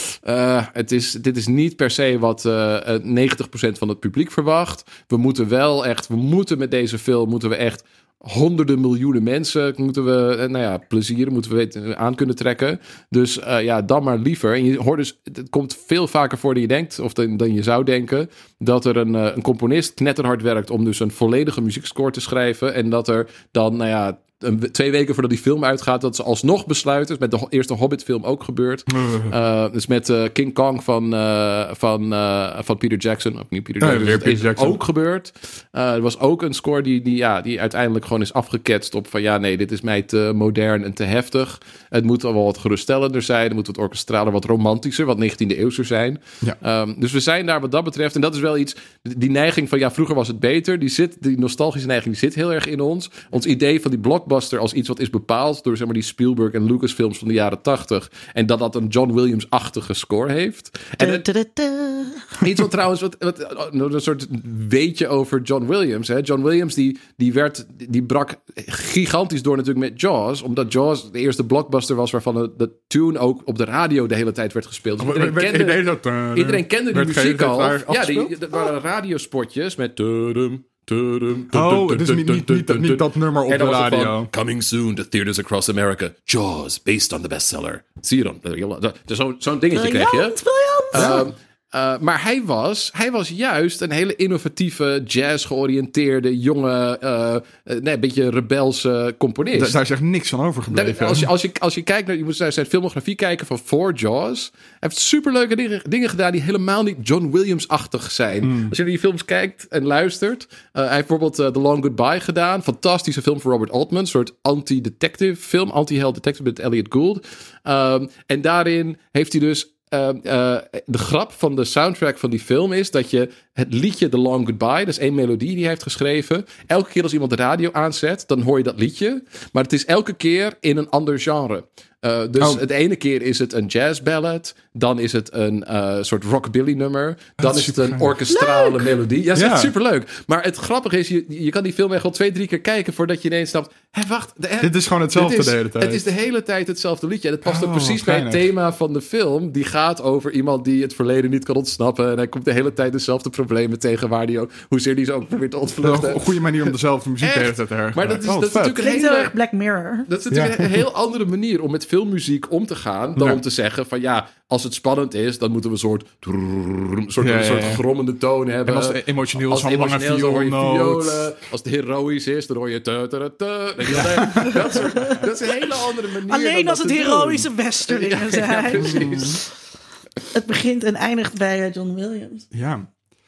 uh, het is, dit is niet per se wat uh, negentig procent van het publiek verwacht. We moeten wel echt, we moeten met deze film, moeten we echt honderden miljoenen mensen moeten we, nou ja, plezier moeten we weten, aan kunnen trekken. Dus uh, ja, dan maar liever. En je hoort dus, het komt veel vaker voor dan je denkt, of dan, dan je zou denken, dat er een, uh, een componist knetterhard werkt om dus een volledige muziekscore te schrijven. En dat er dan, nou ja, een, twee weken voordat die film uitgaat, dat ze alsnog besluiten. Dat is met de eerste Hobbit-film ook gebeurd. Uh, dus met uh, King Kong van, uh, van, uh, van Peter Jackson. Of niet Peter Jackson. Ja, dus Peter Jackson. Ook gebeurd. Uh, er was ook een score die, die, ja, die uiteindelijk gewoon is afgeketst op van ja, nee, dit is mij te modern en te heftig. Het moet al wel wat geruststellender zijn. Het moet wat orkestraler, wat romantischer, wat negentiende eeuwser zijn. Ja. Um, dus we zijn daar wat dat betreft. En dat is wel iets, die neiging van ja, vroeger was het beter. Die, zit, die nostalgische neiging die zit heel erg in ons. Ons idee van die blockbuster als iets wat is bepaald door zeg maar die Spielberg en Lucas films van de jaren tachtig. En dat dat een John Williams-achtige score heeft. En het, da, da, da. Iets wat trouwens, wat, wat, een soort weetje over John Williams. Hè? John Williams die, die, werd, die brak gigantisch door natuurlijk met Jaws. Omdat Jaws de eerste blockbuster was waarvan de, de tune ook op de radio de hele tijd werd gespeeld. Dus iedereen, kende, iedereen, dat, uh, iedereen kende die muziek al. Ja, die, dat waren radiospotjes met... Tudum, tudum, oh, het is niet, niet, niet, niet dat nummer op de radio. Van, coming soon to theaters across America. Jaws, based on the bestseller. Zie je dan? Zo, zo'n dingetje briljant, kreeg je. Briljant. Um, Uh, maar hij was, hij was juist een hele innovatieve, jazz-georiënteerde, jonge, uh, nee, een beetje rebelse componist. Da- daar is echt niks van overgebleven. Als je, als, je, als je kijkt naar, je moet naar zijn filmografie kijken van voor Jaws. Hij heeft superleuke dingen, dingen gedaan die helemaal niet John Williams-achtig zijn. Mm. Als je naar die films kijkt en luistert. Uh, hij heeft bijvoorbeeld uh, The Long Goodbye gedaan. Fantastische film van Robert Altman. Een soort anti-detective film. Anti-held detective met Elliot Gould. Um, en daarin heeft hij dus... Uh, uh, de grap van de soundtrack van die film is dat je het liedje The Long Goodbye, dat is één melodie die hij heeft geschreven. Elke keer als iemand de radio aanzet, dan hoor je dat liedje. Maar het is elke keer in een ander genre. Uh, dus oh. het ene keer is het een jazzballad. Dan is het een uh, soort rockabilly nummer. Dan is het een orkestrale leuk. melodie. Ja, dat is ja. echt superleuk. Maar het grappige is, je, je kan die film echt wel twee, drie keer kijken voordat je ineens snapt. Hé, wacht. De, dit is gewoon hetzelfde is, de hele tijd. Het is de hele tijd hetzelfde liedje. En het past oh, ook precies geinig. bij het thema van de film. Die gaat over iemand die het verleden niet kan ontsnappen. En hij komt de hele tijd dezelfde problemen tegen. Waar die ook, hoezeer die ze ook probeert te ontvluchten. Een goede manier om dezelfde muziek de hele tijd te herkennen. Maar dat is, oh, dat is natuurlijk een hele... heel erg Black Mirror. Dat is natuurlijk ja. een heel andere manier om met filmmuziek om te gaan. Dan ja. om te zeggen van ja, als het spannend is, dan moeten we een soort, soort, ja, ja, ja. soort grommende toon hebben. En als het emotioneel is, als het emotioneel is, dan hoor je vioolnoot. violen. Als het heroïs is, dan hoor je... Te, te, te, te. Dat, soort, dat is een hele andere manier. Alleen als het heroïsche doen. westerlingen ja, zijn. Ja, precies. Het begint en eindigt bij John Williams. Ja.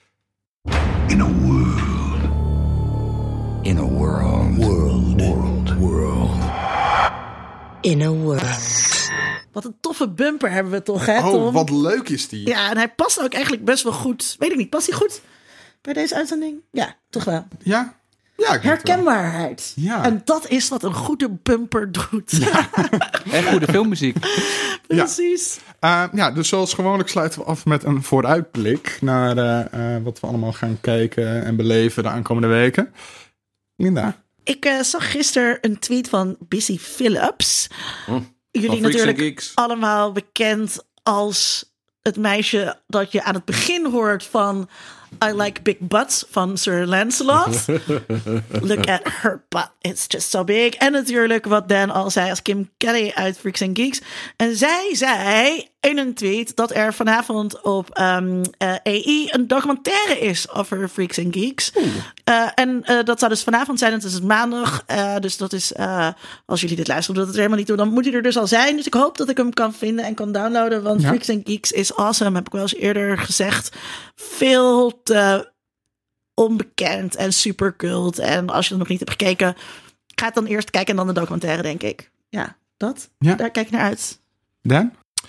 In a world. In a world. World. World. World. In a world. Wat een toffe bumper hebben we toch, hè, Tom? Oh, wat leuk is die. Ja, en hij past ook eigenlijk best wel goed. Weet ik niet, past hij goed bij deze uitzending? Ja, toch wel. Ja? Ja, Ja, ik denk het wel. herkenbaarheid. Ja. En dat is wat een goede bumper doet. En goede filmmuziek. Precies. Uh, ja, dus zoals gewoonlijk sluiten we af met een vooruitblik naar uh, uh, wat we allemaal gaan kijken en beleven de aankomende weken. Linda. Ik uh, zag gisteren een tweet van Busy Phillips. Hm. Jullie Van Freaks and natuurlijk Geeks. allemaal bekend als het meisje dat je aan het begin hoort van I Like Big Butts van Sir Lancelot. Look at her butt, it's just so big. En natuurlijk wat Dan al zei als Kim Kelly uit Freaks and Geeks. En zij zei in een tweet dat er vanavond op um, uh, A I een documentaire is over Freaks and Geeks. Uh, en uh, dat zou dus vanavond zijn, het is maandag. Uh, dus dat is, uh, als jullie dit luisteren, dat het er helemaal niet toe, dan moet hij er dus al zijn. Dus ik hoop dat ik hem kan vinden en kan downloaden. Want Ja. Freaks and Geeks is awesome, heb ik wel eens eerder gezegd. Veel te onbekend en super cult. En als je het nog niet hebt gekeken, ga het dan eerst kijken en dan de documentaire, denk ik. Ja, dat. Ja. Daar kijk ik naar uit. Dan?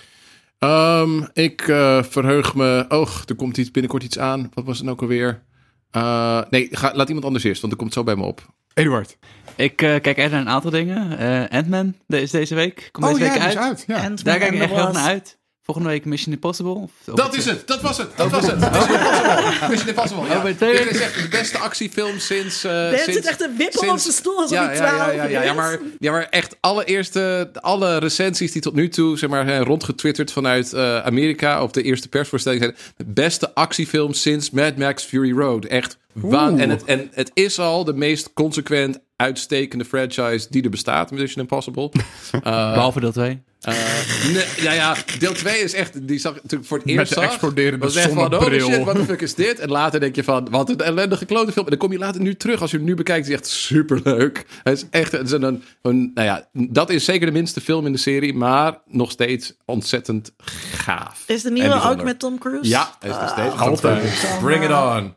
Um, ik uh, verheug me... Oh, er komt iets, binnenkort iets aan. Wat was het nou ook alweer? Uh, nee, ga, laat iemand anders eerst, want er komt zo bij me op. Eduard. Ik uh, kijk echt naar een aantal dingen. Uh, Ant-Man de, is deze week. Komt Oh deze ja, week die is uit. uit. Ja. Ant-Man Daar kijk ik and echt the heel erg Wasp. naar uit. Volgende week Mission Impossible. Of, of Dat is het, dat was het, dat was het. Mission Impossible. Mission Impossible, ja. Oh, meteen. Dit is echt de beste actiefilm sinds... Uh, Ben sinds zit echt een wippel op sinds- zijn stoel alsof ja, hij ja, ja, twaalf ja, ja, ja, is. maar, ja, maar echt allereerste, alle recensies die tot nu toe zeg maar, zijn rondgetwitterd vanuit uh, Amerika op de eerste persvoorstelling zijn de beste actiefilm sinds Mad Max Fury Road. Echt waan. En het, en het is al de meest consequent uitstekende franchise die er bestaat, Mission Impossible. Uh, Behalve deel twee. Uh, nee, ja, ja, deel twee is echt... Die zag natuurlijk voor het Met eerst de zag, exploderende was echt van, zonnebril. oh shit, wat de fuck is dit? En later denk je van, wat een ellendige klote film. En dan kom je later nu terug. Als je hem nu bekijkt, is hij echt superleuk. Hij is echt... Het is een, een, een, nou ja, dat is zeker de minste film in de serie, maar nog steeds ontzettend gaaf. Is de En nieuwe ook bijzonder. met Tom Cruise? Ja, hij is nog steeds. altijd. Bring it on.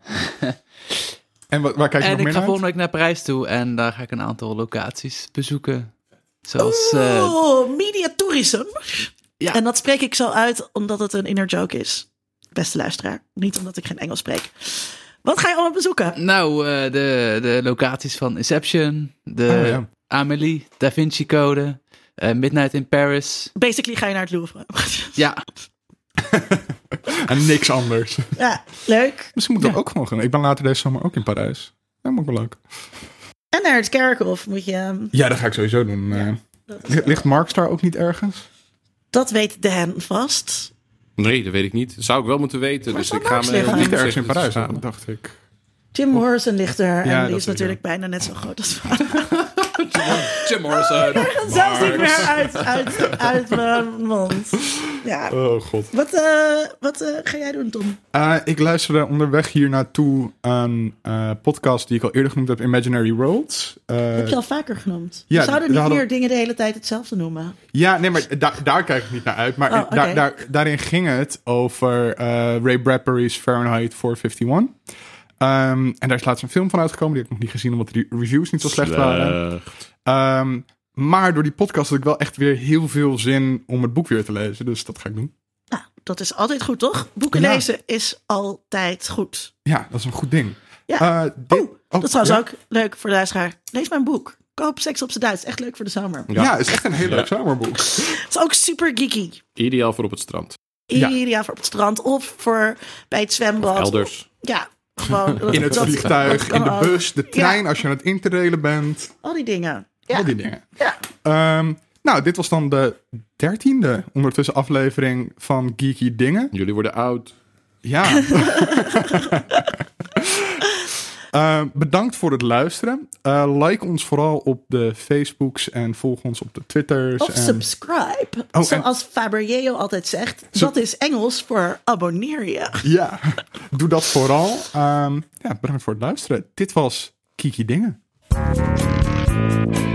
En wat, waar kijk je En nog ik meer ga naar volgende uit? week naar Parijs toe. En daar ga ik een aantal locaties bezoeken. Zoals... Uh, Oh, media tourism. Ja. En dat spreek ik zo uit omdat het een inner joke is. Beste luisteraar. Niet omdat ik geen Engels spreek. Wat ga je allemaal bezoeken? nou, uh, de, de locaties van Inception. De Oh, ja. Amélie, Da Vinci Code. uh, Midnight in Paris. Basically ga je naar het Louvre. Ja, En niks anders. Ja, leuk. Misschien moet ik dat ook gewoon gaan. Ik ben later deze zomer ook in Parijs. Dat moet ik wel leuk. En naar het Kerkhof moet je... Ja, dat ga ik sowieso doen. Ja, Eh, dat, is- Ligt Markstar ook niet ergens? dat weet Dan vast. Nee, dat weet ik niet. Dat zou ik wel moeten weten. Waar Dus zou ik ga Max me... liggen? Niet niet ergens in zeggen dat Parijs, ze dat samen- dacht ik. Jim Morrison ligt er. Ja, En die dat is sowieso. natuurlijk bijna net zo groot als Jim Morrison. zelfs niet meer uit, uit, uit mijn mond. Ja. Oh god. Wat, uh, wat uh, ga jij doen, Tom? Uh, ik luisterde onderweg hier naartoe een uh, podcast die ik al eerder genoemd heb, Imaginary Worlds. Uh, Heb je al vaker genoemd? ja, We zouden we niet hadden- hier dingen de hele tijd hetzelfde noemen. Ja, nee, maar da- daar kijk ik niet naar uit. Maar Oh, oké. daar, daar, daarin ging het over uh, Ray Bradbury's Fahrenheit vierhonderdeenenvijftig. Um, en daar is laatst een film van uitgekomen. Die heb ik nog niet gezien, omdat de reviews niet zo slecht waren. Um, maar door die podcast had ik wel echt weer heel veel zin om het boek weer te lezen. Dus dat ga ik doen. Nou, dat is altijd goed, toch? Boeken Ja. lezen is altijd goed. Ja, dat is een goed ding. Ja. Uh, dit- Oh, dat is trouwens ja? ook leuk voor de luisteraar. Lees mijn boek. Koop Seks op z'n Duits. Echt leuk voor de zomer. Ja, het is echt een heel leuk zomerboek. Het is ook super geeky. Ideaal voor op het strand. Ja. Ideaal voor op het strand of voor bij het zwembad. Of elders. Ja, gewoon. In het dat- vliegtuig, dat kan in de ook. bus, de trein, als je aan het interrailen bent. Al die dingen. Ja. Al die dingen. Ja. Um, nou, dit was dan de dertiende ondertussen aflevering van Geeky Dingen. Jullie worden oud. Ja. Uh, bedankt voor het luisteren. Uh, like ons vooral op de Facebooks en volg ons op de Twitters. Of en... subscribe. Oh, en- Zoals Faber-Yeo altijd zegt. Sub- Dat is Engels voor abonneer je. Ja, doe dat vooral. Um, ja, bedankt voor het luisteren. Dit was Geeky Dingen.